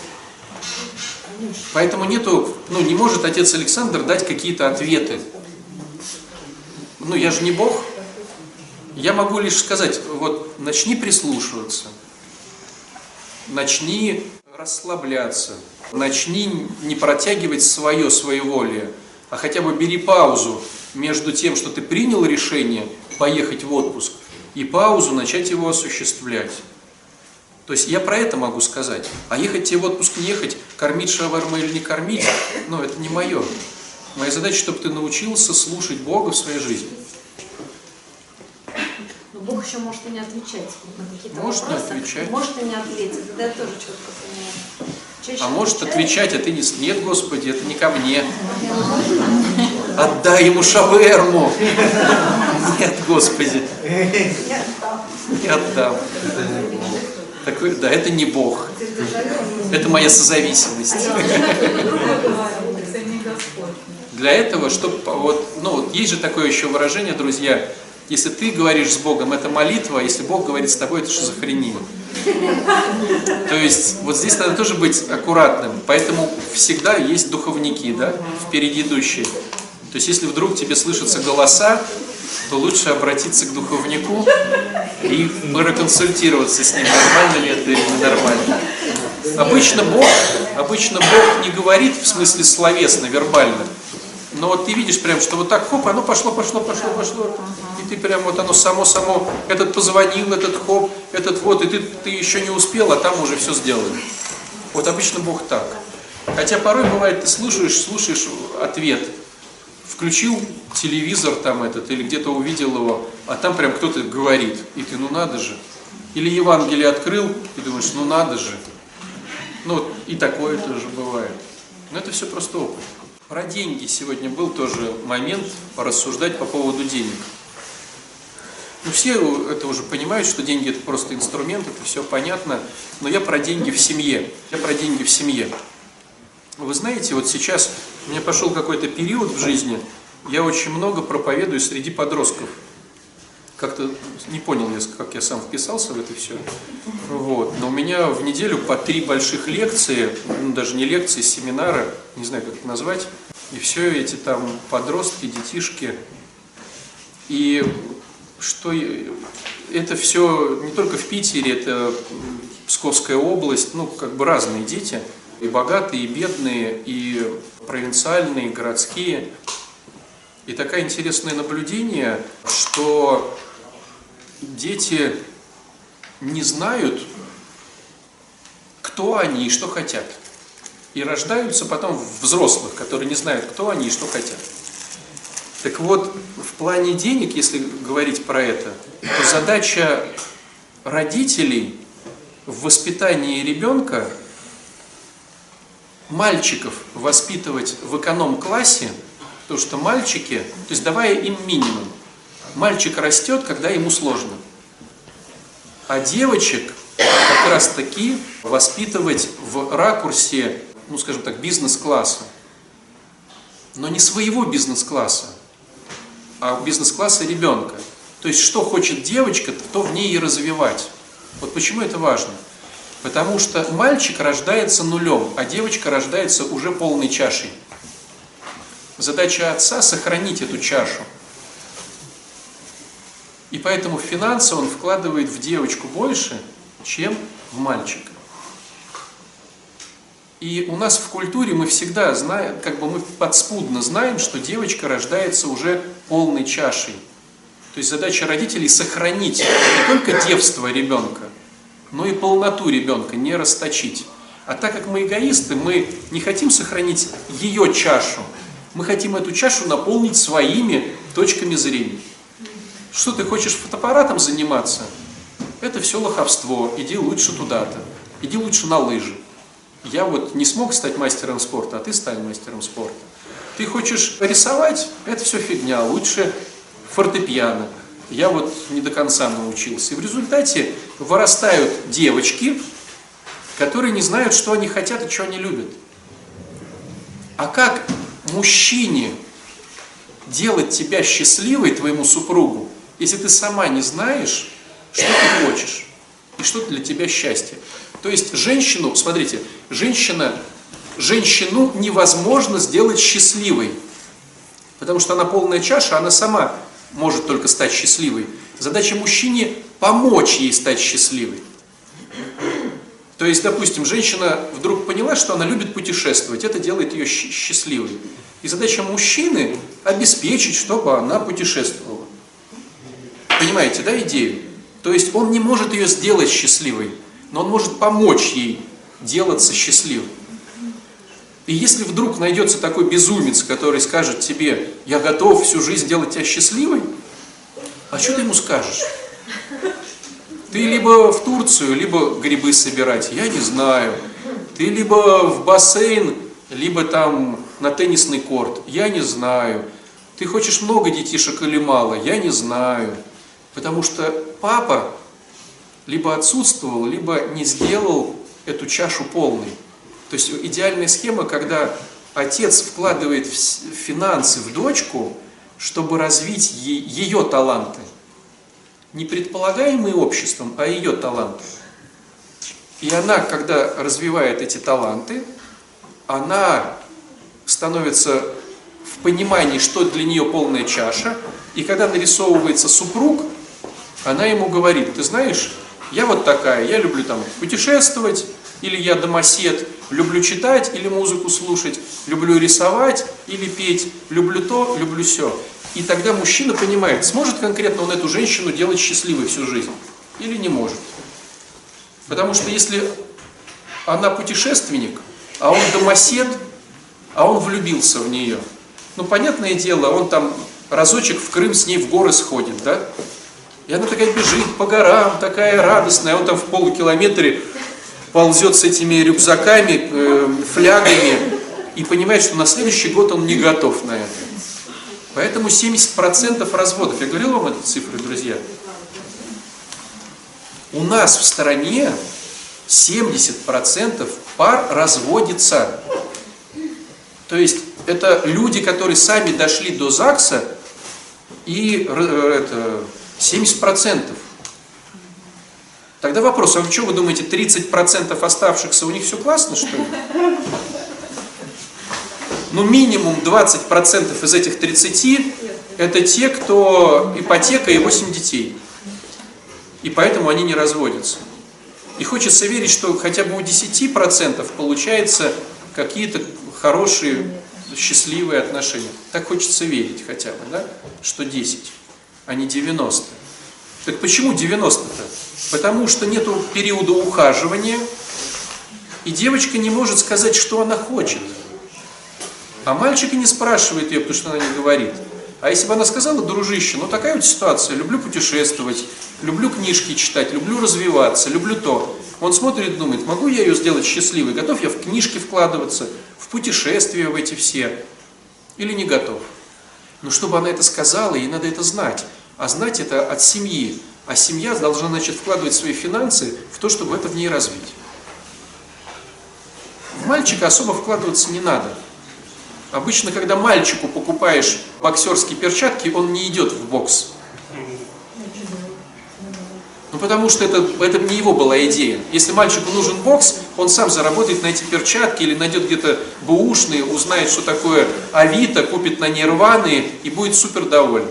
Поэтому не может отец Александр дать какие-то ответы. Я же не Бог. Я могу лишь сказать, вот начни прислушиваться, начни расслабляться, начни не протягивать свое своеволие, а хотя бы бери паузу между тем, что ты принял решение поехать в отпуск, и паузу начать его осуществлять. То есть я про это могу сказать. А ехать тебе в отпуск, не ехать, кормить шавермой или не кормить, это не мое. Моя задача, чтобы ты научился слушать Бога в своей жизни. Но Бог еще может и не отвечать на какие-то вопросы. Может не отвечать. Может и не ответить. Да, я тоже четко понимаю. Чаще может отвечать, а ты не... Нет, Господи, это не ко мне. Отдай ему шаверму. Нет, Господи. Не отдам. Да, это не Бог. Это моя созависимость. Для этого, чтобы есть же такое еще выражение, друзья, если ты говоришь с Богом, это молитва, если Бог говорит с тобой, это шизофрения. То есть вот здесь надо тоже быть аккуратным, поэтому всегда есть духовники, да, впереди идущие. То есть если вдруг тебе слышатся голоса, то лучше обратиться к духовнику и проконсультироваться с ним, нормально ли это или ненормально. Обычно Бог не говорит в смысле словесно, вербально. Но вот ты видишь прям, что вот так, хоп, оно пошло. И ты прям вот оно само, этот позвонил, этот хоп, этот вот, и ты еще не успел, а там уже все сделано. Вот обычно Бог так. Хотя порой бывает, ты слушаешь ответ. Включил телевизор там или где-то увидел его, а там прям кто-то говорит. И ты, надо же. Или Евангелие открыл, и думаешь, надо же. И такое тоже бывает. Но это все просто опыт. Про деньги сегодня был тоже момент порассуждать по поводу денег. Все это уже понимают, что деньги это просто инструмент, это все понятно. Но я про деньги в семье. Вы знаете, вот сейчас у меня пошел какой-то период в жизни, я очень много проповедую среди подростков. Как-то не понял, как я сам вписался в это все. Но у меня в неделю по 3 больших лекции, даже не лекции, семинары, не знаю, как это назвать. И все эти там подростки, детишки. И что это все не только в Питере, это Псковская область, разные дети. И богатые, и бедные, и провинциальные, и городские. И такое интересное наблюдение, что дети не знают, кто они и что хотят. И рождаются потом взрослых, которые не знают, кто они и что хотят. Так вот, в плане денег, если говорить про это, то задача родителей в воспитании ребенка, мальчиков воспитывать в эконом-классе, потому что мальчики, то есть давая им минимум, мальчик растет, когда ему сложно. А девочек как раз таки воспитывать в ракурсе, скажем так, бизнес-класса. Но не своего бизнес-класса, а бизнес-класса ребенка. То есть что хочет девочка, то в ней и развивать. Вот почему это важно. Потому что мальчик рождается нулем, а девочка рождается уже полной чашей. Задача отца – сохранить эту чашу. И поэтому финансы он вкладывает в девочку больше, чем в мальчика. И у нас в культуре мы всегда знаем, мы подспудно знаем, что девочка рождается уже полной чашей. То есть задача родителей – сохранить не только девство ребенка, но и полноту ребенка, не расточить. А так как мы эгоисты, мы не хотим сохранить ее чашу, мы хотим эту чашу наполнить своими точками зрения. Что ты хочешь фотоаппаратом заниматься? Это все лоховство, иди лучше туда-то, иди лучше на лыжи. Я не смог стать мастером спорта, а ты стань мастером спорта. Ты хочешь рисовать? Это все фигня, лучше фортепиано. Я не до конца научился. И в результате вырастают девочки, которые не знают, что они хотят и что они любят. А как мужчине делать тебя счастливой, твоему супругу, если ты сама не знаешь, что ты хочешь и что для тебя счастье. То есть женщину, смотрите, женщину невозможно сделать счастливой, потому что она полная чаша, она сама может только стать счастливой. Задача мужчине помочь ей стать счастливой. То есть, допустим, женщина вдруг поняла, что она любит путешествовать, это делает ее счастливой. И задача мужчины обеспечить, чтобы она путешествовала. Понимаете, да, идею? То есть он не может ее сделать счастливой, но он может помочь ей делаться счастливой. И если вдруг найдется такой безумец, который скажет тебе: я готов всю жизнь делать тебя счастливой, а что ты ему скажешь? Ты либо в Турцию, либо грибы собирать, я не знаю. Ты либо в бассейн, либо там на теннисный корт, я не знаю. Ты хочешь много детишек или мало, я не знаю. Потому что папа либо отсутствовал, либо не сделал эту чашу полной. То есть идеальная схема, когда отец вкладывает финансы в дочку, чтобы развить ее таланты. Не предполагаемые обществом, а ее таланты. И она, когда развивает эти таланты, она становится в понимании, что для нее полная чаша. И когда нарисовывается супруг, она ему говорит: ты знаешь, я вот такая, я люблю там путешествовать, или я домосед, люблю читать или музыку слушать, люблю рисовать или петь, люблю то, люблю сё. И тогда мужчина понимает, сможет конкретно он эту женщину делать счастливой всю жизнь или не может. Потому что если она путешественник, а он домосед, а он влюбился в нее, ну, понятное дело, он там разочек в Крым с ней в горы сходит, да? И она такая бежит по горам, такая радостная, а он там в полукилометре ползет с этими рюкзаками, флягами, и понимает, что на следующий год он не готов на это. Поэтому 70% разводов, я говорил вам эти цифры, друзья, у нас в стране 70% пар разводится. То есть это люди, которые сами дошли до ЗАГСа, и 70%. Тогда вопрос, а что вы думаете, 30% оставшихся, у них все классно, что ли? Ну, минимум 20% из этих 30 это те, кто ипотека и 8 детей. И поэтому они не разводятся. И хочется верить, что хотя бы у 10% получается какие-то хорошие, счастливые отношения. Так хочется верить хотя бы, да? Что 10, а не 90. Так почему 90-то? Потому что нету периода ухаживания, и девочка не может сказать, что она хочет. А мальчик и не спрашивает ее, потому что она не говорит. А если бы она сказала: дружище, ну такая вот ситуация, люблю путешествовать, люблю книжки читать, люблю развиваться, люблю то. Он смотрит и думает: могу я ее сделать счастливой, готов я в книжки вкладываться, в путешествия в эти все, или не готов. Но чтобы она это сказала, ей надо это знать. А знать это от семьи. А семья должна, значит, вкладывать свои финансы в то, чтобы это в ней развить. В мальчика особо вкладываться не надо. Обычно, когда мальчику покупаешь боксерские перчатки, он не идет в бокс. Ну, потому что это не его была идея. Если мальчику нужен бокс, он сам заработает на эти перчатки или найдет где-то бэушные, узнает, что такое Авито, купит на нирваны и будет супер доволен.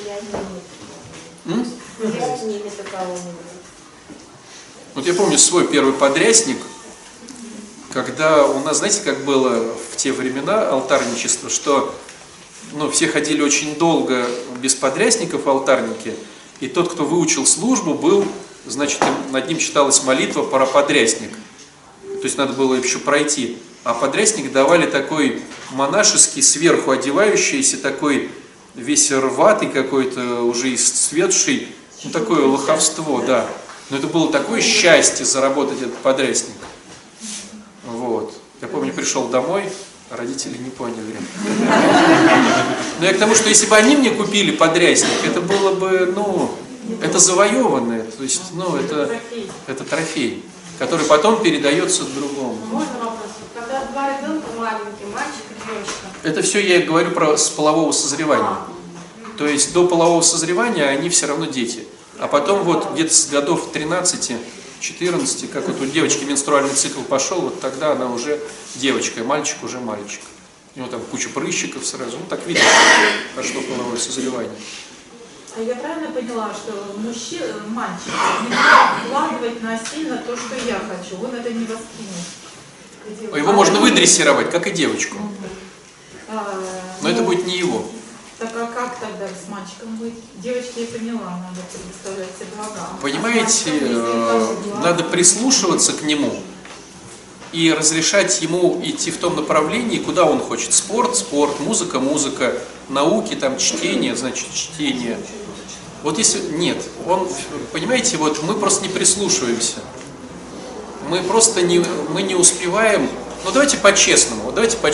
Вот я помню свой первый подрясник, когда у нас, знаете, как было в те времена алтарничество, что все ходили очень долго без подрясников в алтарнике, и тот, кто выучил службу, был, значит, над ним читалась молитва про подрясник. То есть надо было еще пройти. А подрясник давали такой монашеский, сверху одевающийся, такой весь рватый какой-то, уже исцветший, такое лоховство, да. Но это было такое счастье заработать этот подрясник. Вот. Я помню, пришел домой, родители не поняли. Но я к тому, что если бы они мне купили подрясник, это было бы, это завоеванное, то есть, это трофей, который потом передается другому. Можно вопрос? Когда два ребенка маленькие, мальчик и девочка. Это все я говорю с полового созревания. То есть до полового созревания они все равно дети. А потом вот где-то с годов 13-14, как вот у девочки менструальный цикл пошел, вот тогда она уже девочка, а мальчик уже мальчик. У него там куча прыщиков сразу, ну так видно, что пошло половое созревание. А я правильно поняла, что мальчик не может вкладывать насильно то, что я хочу, он это не воспримет. Его можно выдрессировать, как и девочку. Но это будет не его. Так а как тогда с мальчиком быть? Девочки, я поняла, надо предоставлять все блага. Понимаете, надо прислушиваться к нему и разрешать ему идти в том направлении, куда он хочет. Спорт, спорт, музыка, музыка, науки, там, чтение, значит, чтение. Вот если нет, он, понимаете, вот мы просто не прислушиваемся. Мы просто не успеваем. Ну давайте по-честному,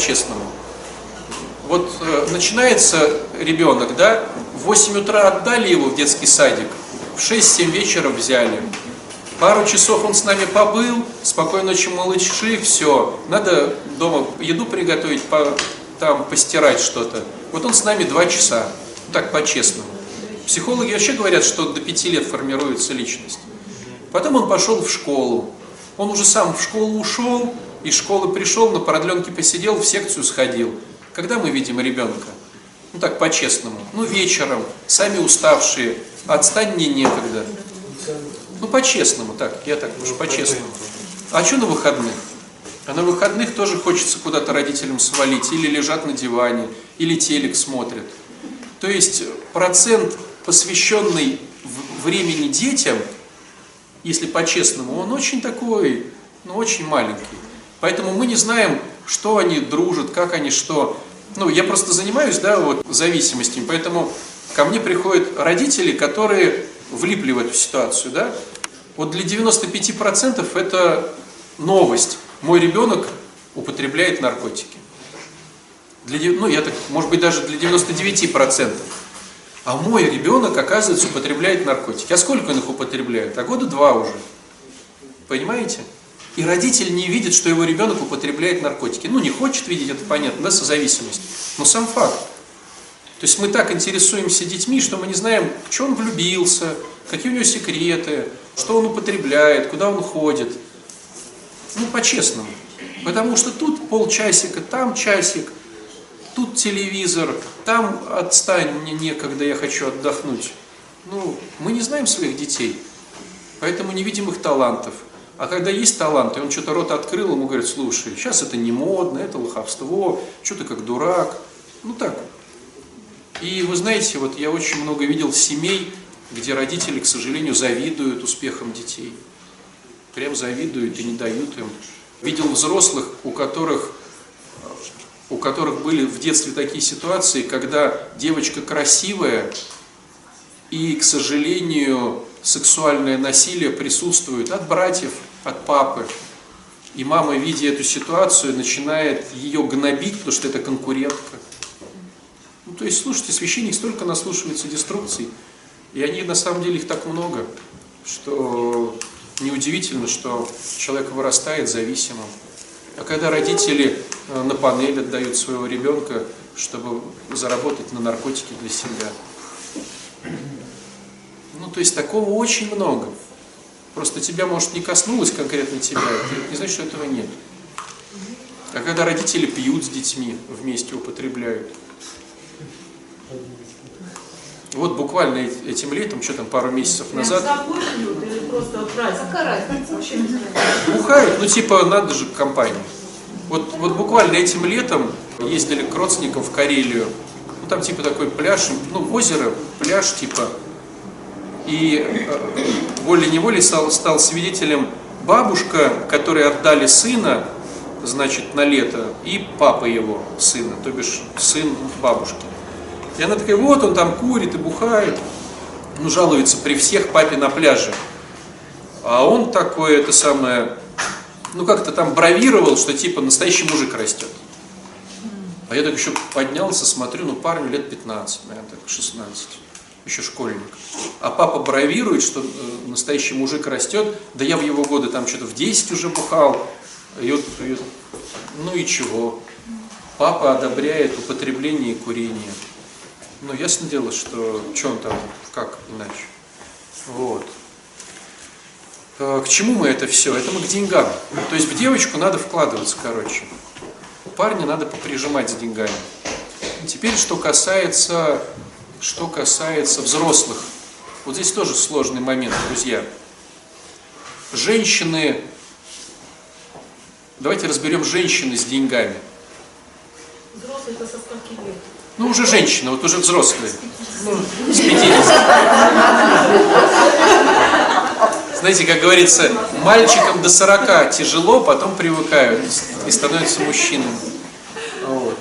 Вот начинается ребенок, да, в 8 утра отдали его в детский садик, в 6-7 вечера взяли. Пару часов он с нами побыл, спокойной ночи, малыши, все. Надо дома еду приготовить, там постирать что-то. Вот он с нами 2 часа, так по-честному. Психологи вообще говорят, что до 5 лет формируется личность. Потом он пошел в школу. Он уже сам в школу ушел, из школы пришел, на продленке посидел, в секцию сходил. Когда мы видим ребенка? Ну так, по-честному. Ну вечером, сами уставшие, отстань, мне некогда. Ну по-честному, так, я так уж по-честному. А что на выходных? А на выходных тоже хочется куда-то родителям свалить, или лежат на диване, или телек смотрят. То есть процент, посвященный времени детям, если по-честному, он очень такой, ну очень маленький. Поэтому мы не знаем, что они дружат, как они что. Ну, я просто занимаюсь, да, вот, зависимостями, поэтому ко мне приходят родители, которые влипли в эту ситуацию, да. Вот для 95% это новость. Мой ребенок употребляет наркотики. Может быть, даже для 99%. А мой ребенок, оказывается, употребляет наркотики. А сколько он их употребляет? А года 2 уже. Понимаете? И родитель не видит, что его ребенок употребляет наркотики. Ну, не хочет видеть, это понятно, да, созависимость. Но сам факт. То есть мы так интересуемся детьми, что мы не знаем, в чем он влюбился, какие у него секреты, что он употребляет, куда он ходит. Ну, по-честному. Потому что тут полчасика, там часик, тут телевизор, там отстань, мне некогда, я хочу отдохнуть. Ну, мы не знаем своих детей, поэтому не видим их талантов. А когда есть таланты, он что-то рот открыл, ему говорят: слушай, сейчас это не модно, это лоховство, что ты как дурак. Ну так. И вы знаете, вот я очень много видел семей, где родители, к сожалению, завидуют успехам детей. Прям завидуют и не дают им. Видел взрослых, у которых были в детстве такие ситуации, когда девочка красивая, и, к сожалению, сексуальное насилие присутствует от братьев, от папы. И мама, видя эту ситуацию, начинает ее гнобить, потому что это конкурентка. Ну, то есть, слушайте, священник столько наслушивается деструкций, и они, на самом деле, их так много, что неудивительно, что человек вырастает зависимым. А когда родители на панель отдают своего ребенка, чтобы заработать на наркотики для себя. Ну, то есть такого очень много. Просто тебя, может, не коснулось конкретно тебя, это не значит, что этого нет. А когда родители пьют с детьми, вместе употребляют. Вот буквально этим летом, что там, пару месяцев назад. Пьют или просто праздник? Какая разница? Вообще не знаю. Бухают, ну типа надо же компанию. Вот буквально этим летом ездили к родственникам в Карелию. Ну там типа такой пляж, ну озеро, пляж типа. И волей-неволей стал свидетелем бабушка, которой отдали сына, значит, на лето, и папа его сына, то бишь сын бабушки. И она такая: вот он там курит и бухает, ну жалуется при всех папе на пляже. А он такой, ну как-то там бравировал, что типа настоящий мужик растет. А я так еще поднялся, смотрю, ну парню лет 15, наверное, так 16, еще школьник. А папа бравирует, что настоящий мужик растет, да я в его годы там что-то в 10 уже бухал. Ну и чего? Папа одобряет употребление и курение. Ну ясно дело, что он там, как иначе. Вот. К чему мы это все? Это мы к деньгам. То есть в девочку надо вкладываться, короче. Парня надо поприжимать с деньгами. Теперь, что касается взрослых. Вот здесь тоже сложный момент, друзья. Женщины, давайте разберем женщины с деньгами. Взрослый-то со скольки лет? Ну, уже женщины, вот уже взрослые. С 50. Знаете, как говорится, мальчикам до 40 тяжело, потом привыкают и становятся мужчинами. Вот.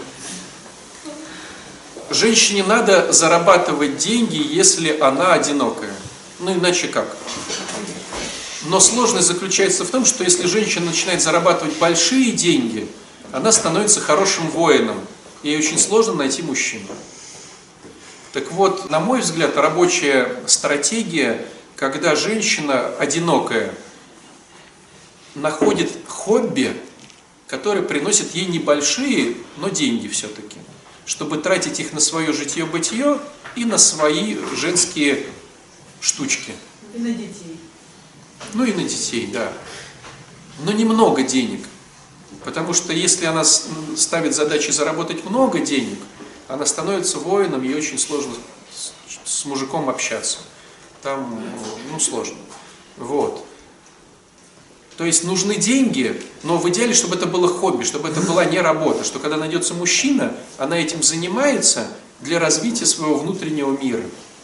Женщине надо зарабатывать деньги, если она одинокая. Ну, иначе как? Но сложность заключается в том, что если женщина начинает зарабатывать большие деньги, она становится хорошим воином. И ей очень сложно найти мужчину. Так вот, на мой взгляд, рабочая стратегия, когда женщина одинокая находит хобби, которое приносит ей небольшие, но деньги все-таки, чтобы тратить их на свое житье-бытие и на свои женские штучки. И на детей. Ну и на детей, да. Но немного денег. Потому что если она ставит задачи заработать много денег, она становится воином, ей очень сложно с мужиком общаться. Там, сложно. Вот. То есть нужны деньги, но в идеале, чтобы это было хобби, чтобы это была не работа, что когда найдется мужчина, она этим занимается для развития своего внутреннего мира.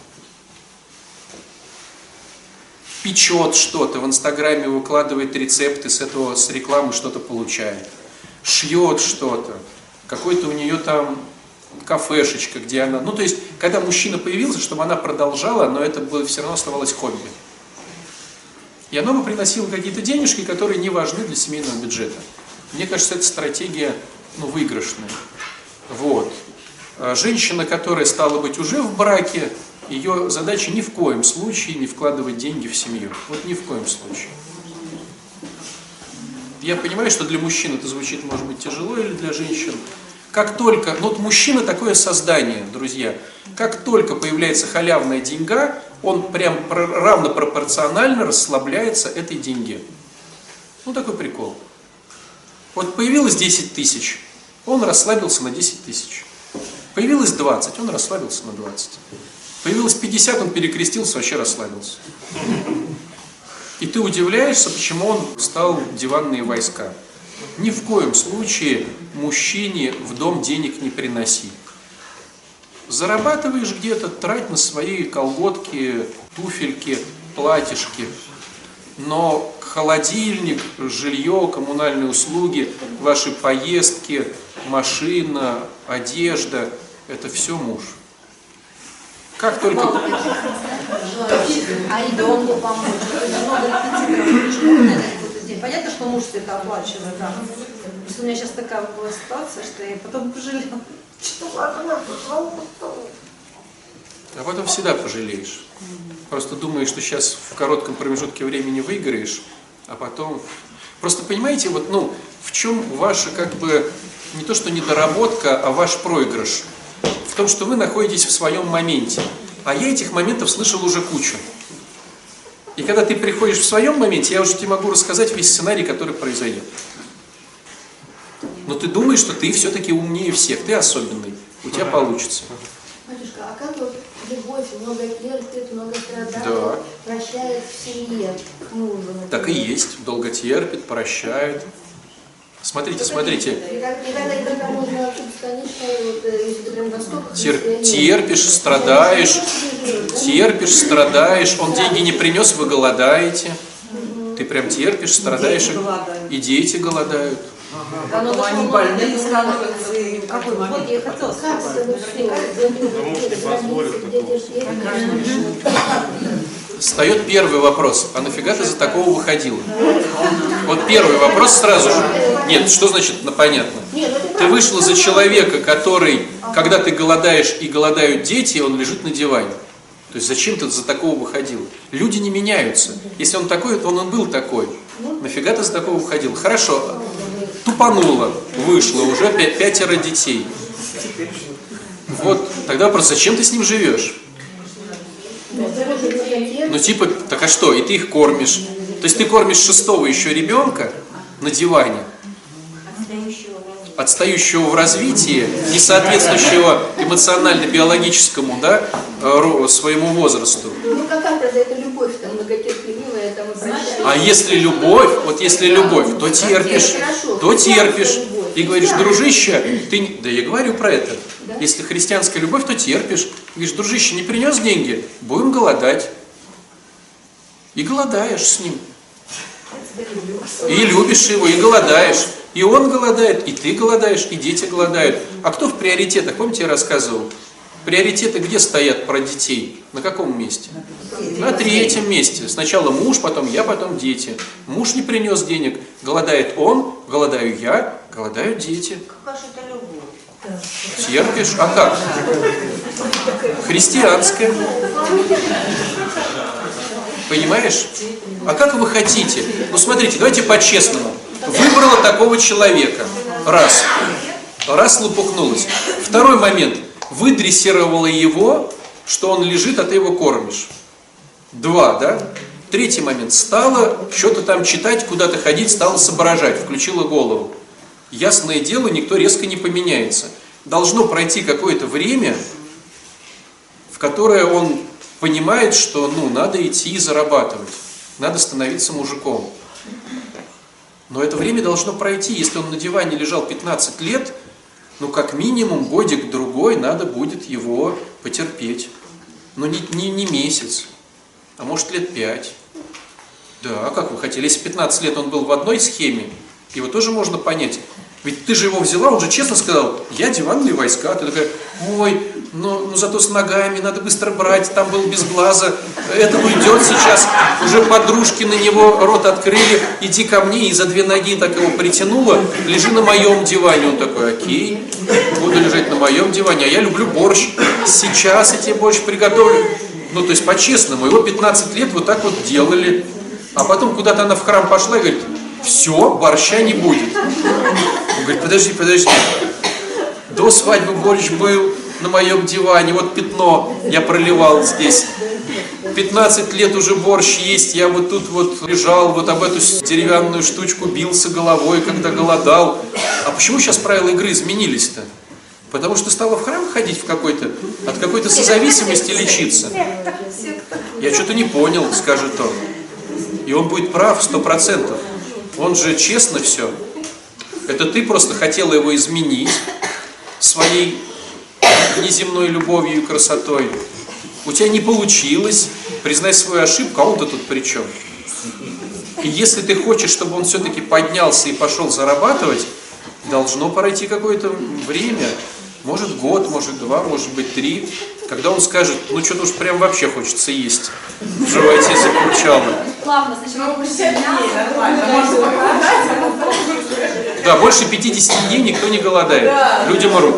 Печет что-то, в Инстаграме выкладывает рецепты, с этого, с рекламы что-то получает. Шьет что-то, какой-то у нее там кафешечка, где она... Ну, то есть, когда мужчина появился, чтобы она продолжала, но это бы все равно оставалось хобби. И оно бы приносило какие-то денежки, которые не важны для семейного бюджета. Мне кажется, эта стратегия, выигрышная. Вот. Женщина, которая, стала быть, уже в браке, ее задача ни в коем случае не вкладывать деньги в семью. Вот ни в коем случае. Я понимаю, что для мужчин это звучит, может быть, тяжело, или для женщин. Как только, вот мужчина такое создание, друзья, как только появляется халявная деньга, он прям равно пропорционально расслабляется этой деньге. Такой прикол. Вот появилось 10 тысяч, он расслабился на 10 тысяч. Появилось 20, он расслабился на 20. Появилось 50, он перекрестился, вообще расслабился. И ты удивляешься, почему он стал диванные войска. Ни в коем случае мужчине в дом денег не приноси. Зарабатываешь где-то, трать на свои колготки, туфельки, платьишки. Но холодильник, жилье, коммунальные услуги, ваши поездки, машина, одежда – это все муж. Как только... А ребенку помочь, много репетиторов. Понятно, что муж все это оплачивает, да. Просто у меня сейчас такая была ситуация, что я потом пожалела, что ладно, А потом всегда пожалеешь. Просто думаешь, что сейчас в коротком промежутке времени выиграешь, а потом... Просто понимаете, в чем ваша, не то что недоработка, а ваш проигрыш? В том, что вы находитесь в своем моменте. А я этих моментов слышал уже кучу. И когда ты приходишь в своем моменте, я уже тебе могу рассказать весь сценарий, который произойдет. Но ты думаешь, что ты все-таки умнее всех, ты особенный, у тебя получится. Батюшка, а как вот любовь много терпит, много страдает, Да. прощает в семье к мужу? Например? Так и есть, долго терпит, прощает. Смотрите. Когда можно бесконечно, если ты прям настолько... Терпишь, страдаешь, он деньги не принес, вы голодаете. Ты прям терпишь, страдаешь, и дети голодают. Они больные становятся, и какой вот я хотела сказать. Встает первый вопрос, а нафига ты за такого выходила? Вот первый вопрос сразу же. Нет, что значит понятно? Ты вышла за человека, который, когда ты голодаешь и голодают дети, он лежит на диване. То есть зачем ты за такого выходил? Люди не меняются. Если он такой, то он был такой. Нафига ты за такого выходил? Хорошо, тупанула, вышла, уже 5 детей. Вот, тогда вопрос, зачем ты с ним живешь? Ну типа, так а что, и ты их кормишь? То есть ты кормишь 6-го еще ребенка на диване, отстающего в развитии, не соответствующего эмоционально-биологическому, да, своему возрасту. Ну какая тогда это любовь, там, многотерпеливая, там, А если любовь, вот если любовь, то терпишь, И говоришь, дружище, ты... Да я говорю про это. Если христианская любовь, то терпишь. Говоришь, дружище, не принес деньги, будем голодать. И голодаешь с ним. И любишь его, и голодаешь. И он голодает, и ты голодаешь, и дети голодают. А кто в приоритетах? Помните, я рассказывал? Приоритеты где стоят про детей? На каком месте? На 3-м месте. Сначала муж, потом я, потом дети. Муж не принес денег. Голодает он, голодаю я, голодают дети. Какая же это любовь? Терпишь? А как? Христианская. Понимаешь? А как вы хотите? Ну смотрите, давайте по-честному. Выбрала такого человека. Раз. Раз лопухнулась. Второй момент. Выдрессировала его, что он лежит, а ты его кормишь. 2, да? Третий момент. Стала что-то там читать, куда-то ходить, стала соображать, включила голову. Ясное дело, никто резко не поменяется. Должно пройти какое-то время, в которое он понимает, что надо идти и зарабатывать. Надо становиться мужиком. Но это время должно пройти. Если он на диване лежал 15 лет, как минимум годик-другой надо будет его потерпеть. Но не месяц, а может лет 5. Да, как вы хотели? Если 15 лет он был в одной схеме, его тоже можно понять. Ведь ты же его взяла, он же честно сказал, я диванные войска. Ты такая, ой, зато с ногами, надо быстро брать, там был без глаза, этот уйдет сейчас. Уже подружки на него рот открыли, иди ко мне, и за 2 ноги так его притянула, лежи на моем диване. Он такой, окей, буду лежать на моем диване, а я люблю борщ, сейчас я тебе борщ приготовлю. То есть по-честному, его 15 лет вот так вот делали, а потом куда-то она в храм пошла и говорит, все, борща не будет. Он говорит, подожди, до свадьбы борщ был на моем диване, вот пятно я проливал здесь. 15 лет уже борщ есть, я вот тут вот лежал, вот об эту деревянную штучку бился головой, когда голодал. А почему сейчас правила игры изменились-то? Потому что стала в храм ходить от какой-то созависимости лечиться. Я что-то не понял, скажет он. И он будет прав 100%. Он же честно все. Это ты просто хотела его изменить своей неземной любовью и красотой. У тебя не получилось. Признай свою ошибку, а он-то тут при чем? И если ты хочешь, чтобы он все-таки поднялся и пошел зарабатывать, должно пройти какое-то время. Может год, может 2, может быть 3. Когда он скажет, что-то уж прям вообще хочется есть. В животе закручало. Плавно сначала Да, больше 50 дней никто не голодает. Люди мрут.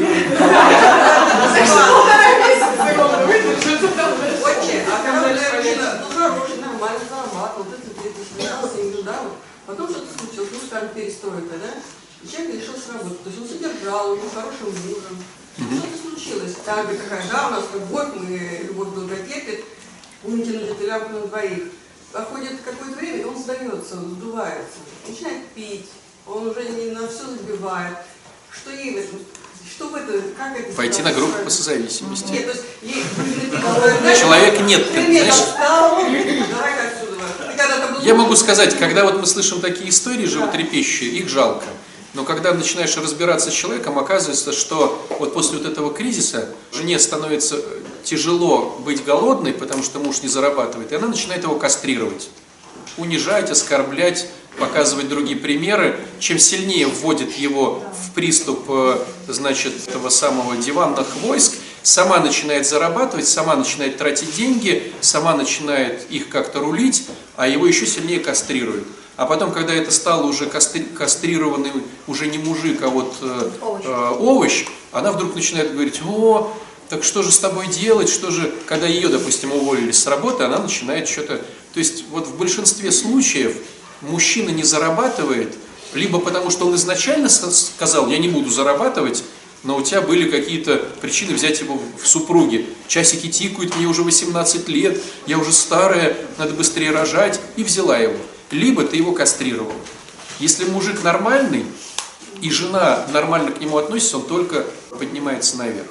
Потом что-то случилось, скажем, перестройка, да? И человек решил сработать. То есть он содержал, он был хорошим мужем. Что-то случилось. Там какая у нас любовь, любовь долготерпит, мы тянули эту лямку на 2. Проходит какое-то время, и он сдается, он сдувается. Начинает пить, он уже не на все забивает. Что ей в этом? Что в этом? Как это? Пойти на группу по созависимости. Нет, то есть ей... Человек нет, знаешь... Давай-ка отсюда. Я могу сказать, когда вот мы слышим такие истории животрепещущие, их жалко. Но когда начинаешь разбираться с человеком, оказывается, что вот после вот этого кризиса жене становится тяжело быть голодной, потому что муж не зарабатывает, и она начинает его кастрировать, унижать, оскорблять, показывать другие примеры. Чем сильнее вводит его в приступ, этого самого диванных войск, сама начинает зарабатывать, сама начинает тратить деньги, сама начинает их как-то рулить, а его еще сильнее кастрирует. А потом, когда это стало уже кастрированный, уже не мужик, а вот овощ, она вдруг начинает говорить, так что же с тобой делать, что же, когда ее, допустим, уволили с работы, она начинает что-то, то есть вот в большинстве случаев мужчина не зарабатывает, либо потому что он изначально сказал, я не буду зарабатывать, но у тебя были какие-то причины взять его в супруги. Часики тикают, мне уже 18 лет, я уже старая, надо быстрее рожать, и взяла его. Либо ты его кастрировал. Если мужик нормальный, и жена нормально к нему относится, он только поднимается наверх.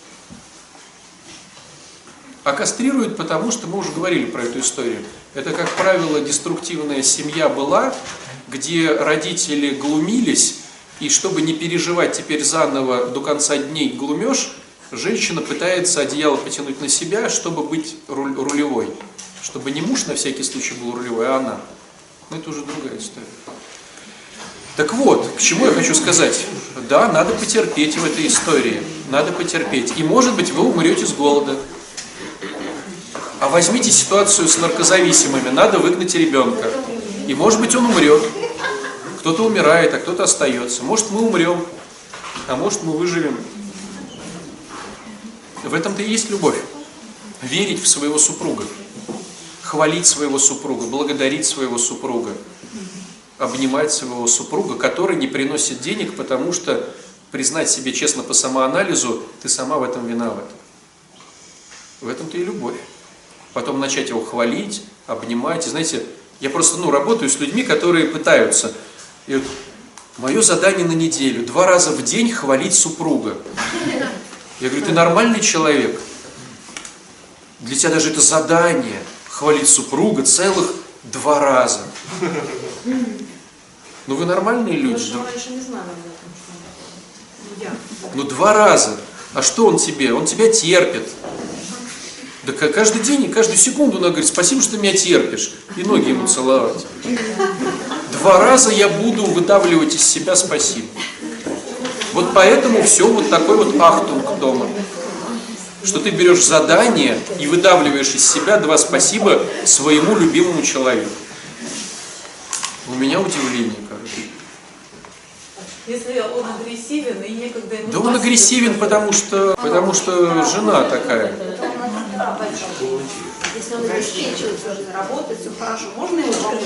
А кастрируют, потому что мы уже говорили про эту историю. Это, как правило, деструктивная семья была, где родители глумились, и чтобы не переживать теперь заново до конца дней глумеж, женщина пытается одеяло потянуть на себя, чтобы быть рулевой. Чтобы не муж на всякий случай был рулевой, а она. Но это уже другая история. Так вот, к чему я хочу сказать. Да, надо потерпеть в этой истории. Надо потерпеть. И, может быть, вы умрете с голода. А возьмите ситуацию с наркозависимыми. Надо выгнать ребенка. И, может быть, он умрет. Кто-то умирает, а кто-то остается. Может, мы умрем, а может, мы выживем. В этом-то и есть любовь. Верить в своего супруга. Хвалить своего супруга, благодарить своего супруга. Обнимать своего супруга, который не приносит денег, потому что, признать себе честно по самоанализу, ты сама в этом виновата. В этом-то и любовь. Потом начать его хвалить, обнимать. И знаете, я просто работаю с людьми, которые пытаются. И вот, мое задание на неделю 2 раза в день хвалить супруга. Я говорю, ты нормальный человек? Для тебя даже это задание хвалить супруга целых 2 раза. Ну вы нормальные люди? Мы раньше не знали об этом. Ну 2 раза. А что он тебе? Он тебя терпит. Да каждый день и каждую секунду она говорит, спасибо, что ты меня терпишь. И ноги ему целовать. 2 раза я буду выдавливать из себя спасибо. Вот поэтому все вот такой вот ахтунг дома. Что ты берешь задание и выдавливаешь из себя 2 спасибо своему любимому человеку. У меня удивление, короче. Если он агрессивен и некогда ему... Да он агрессивен, потому что жена такая. Если он обеспечивает всю жизнь, работает, все хорошо, можно его помочь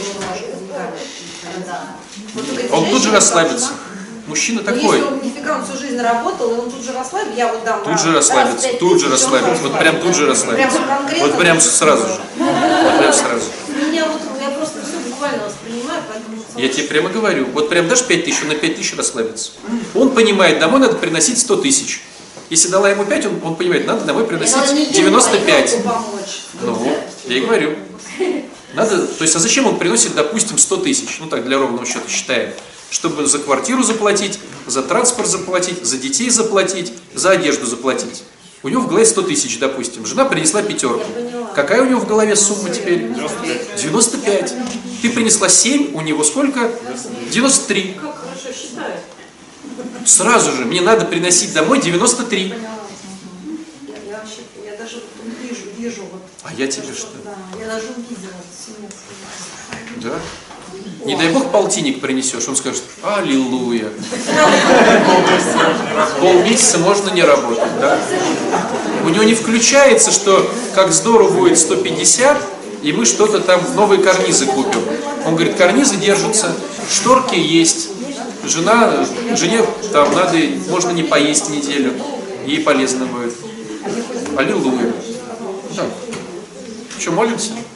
немножко? Он тут же расслабится. Мужчина такой. Если он нифига, он всю жизнь работал, и он тут же расслабится, я вот дам... Тут же расслабится, тут же расслабится. Вот прям тут же расслабится. Вот прям сразу же. Вот прям сразу. Меня вот, я просто все буквально воспринимаю, поэтому... Я тебе прямо говорю, вот прям дашь 5000, он на 5000 расслабится. Он понимает, домой надо приносить 100 000. Если дала ему 5, он понимает, надо домой приносить 95. Ну вот, я и говорю. Надо, то есть, а зачем он приносит, допустим, 100 000? Ну так, для ровного счета считаем. Чтобы за квартиру заплатить, за транспорт заплатить, за детей заплатить, за одежду заплатить. У него в голове 100 000, допустим. Жена принесла 5. Какая у него в голове сумма теперь? 95. Ты принесла 7, у него сколько? 93. Как хорошо считает. Сразу же, мне надо приносить домой 93. Я даже вижу вот. А я тебе что? Да, я даже увидела. Да? Не дай бог полтинник принесешь, он скажет, аллилуйя. Полмесяца можно не работать, да? У него не включается, что как здорово будет 150, и мы что-то там, новые карнизы купим. Он говорит, карнизы держатся, шторки есть, жене там надо, можно не поесть неделю, ей полезно будет. Аллилуйя. Да. Что, молимся?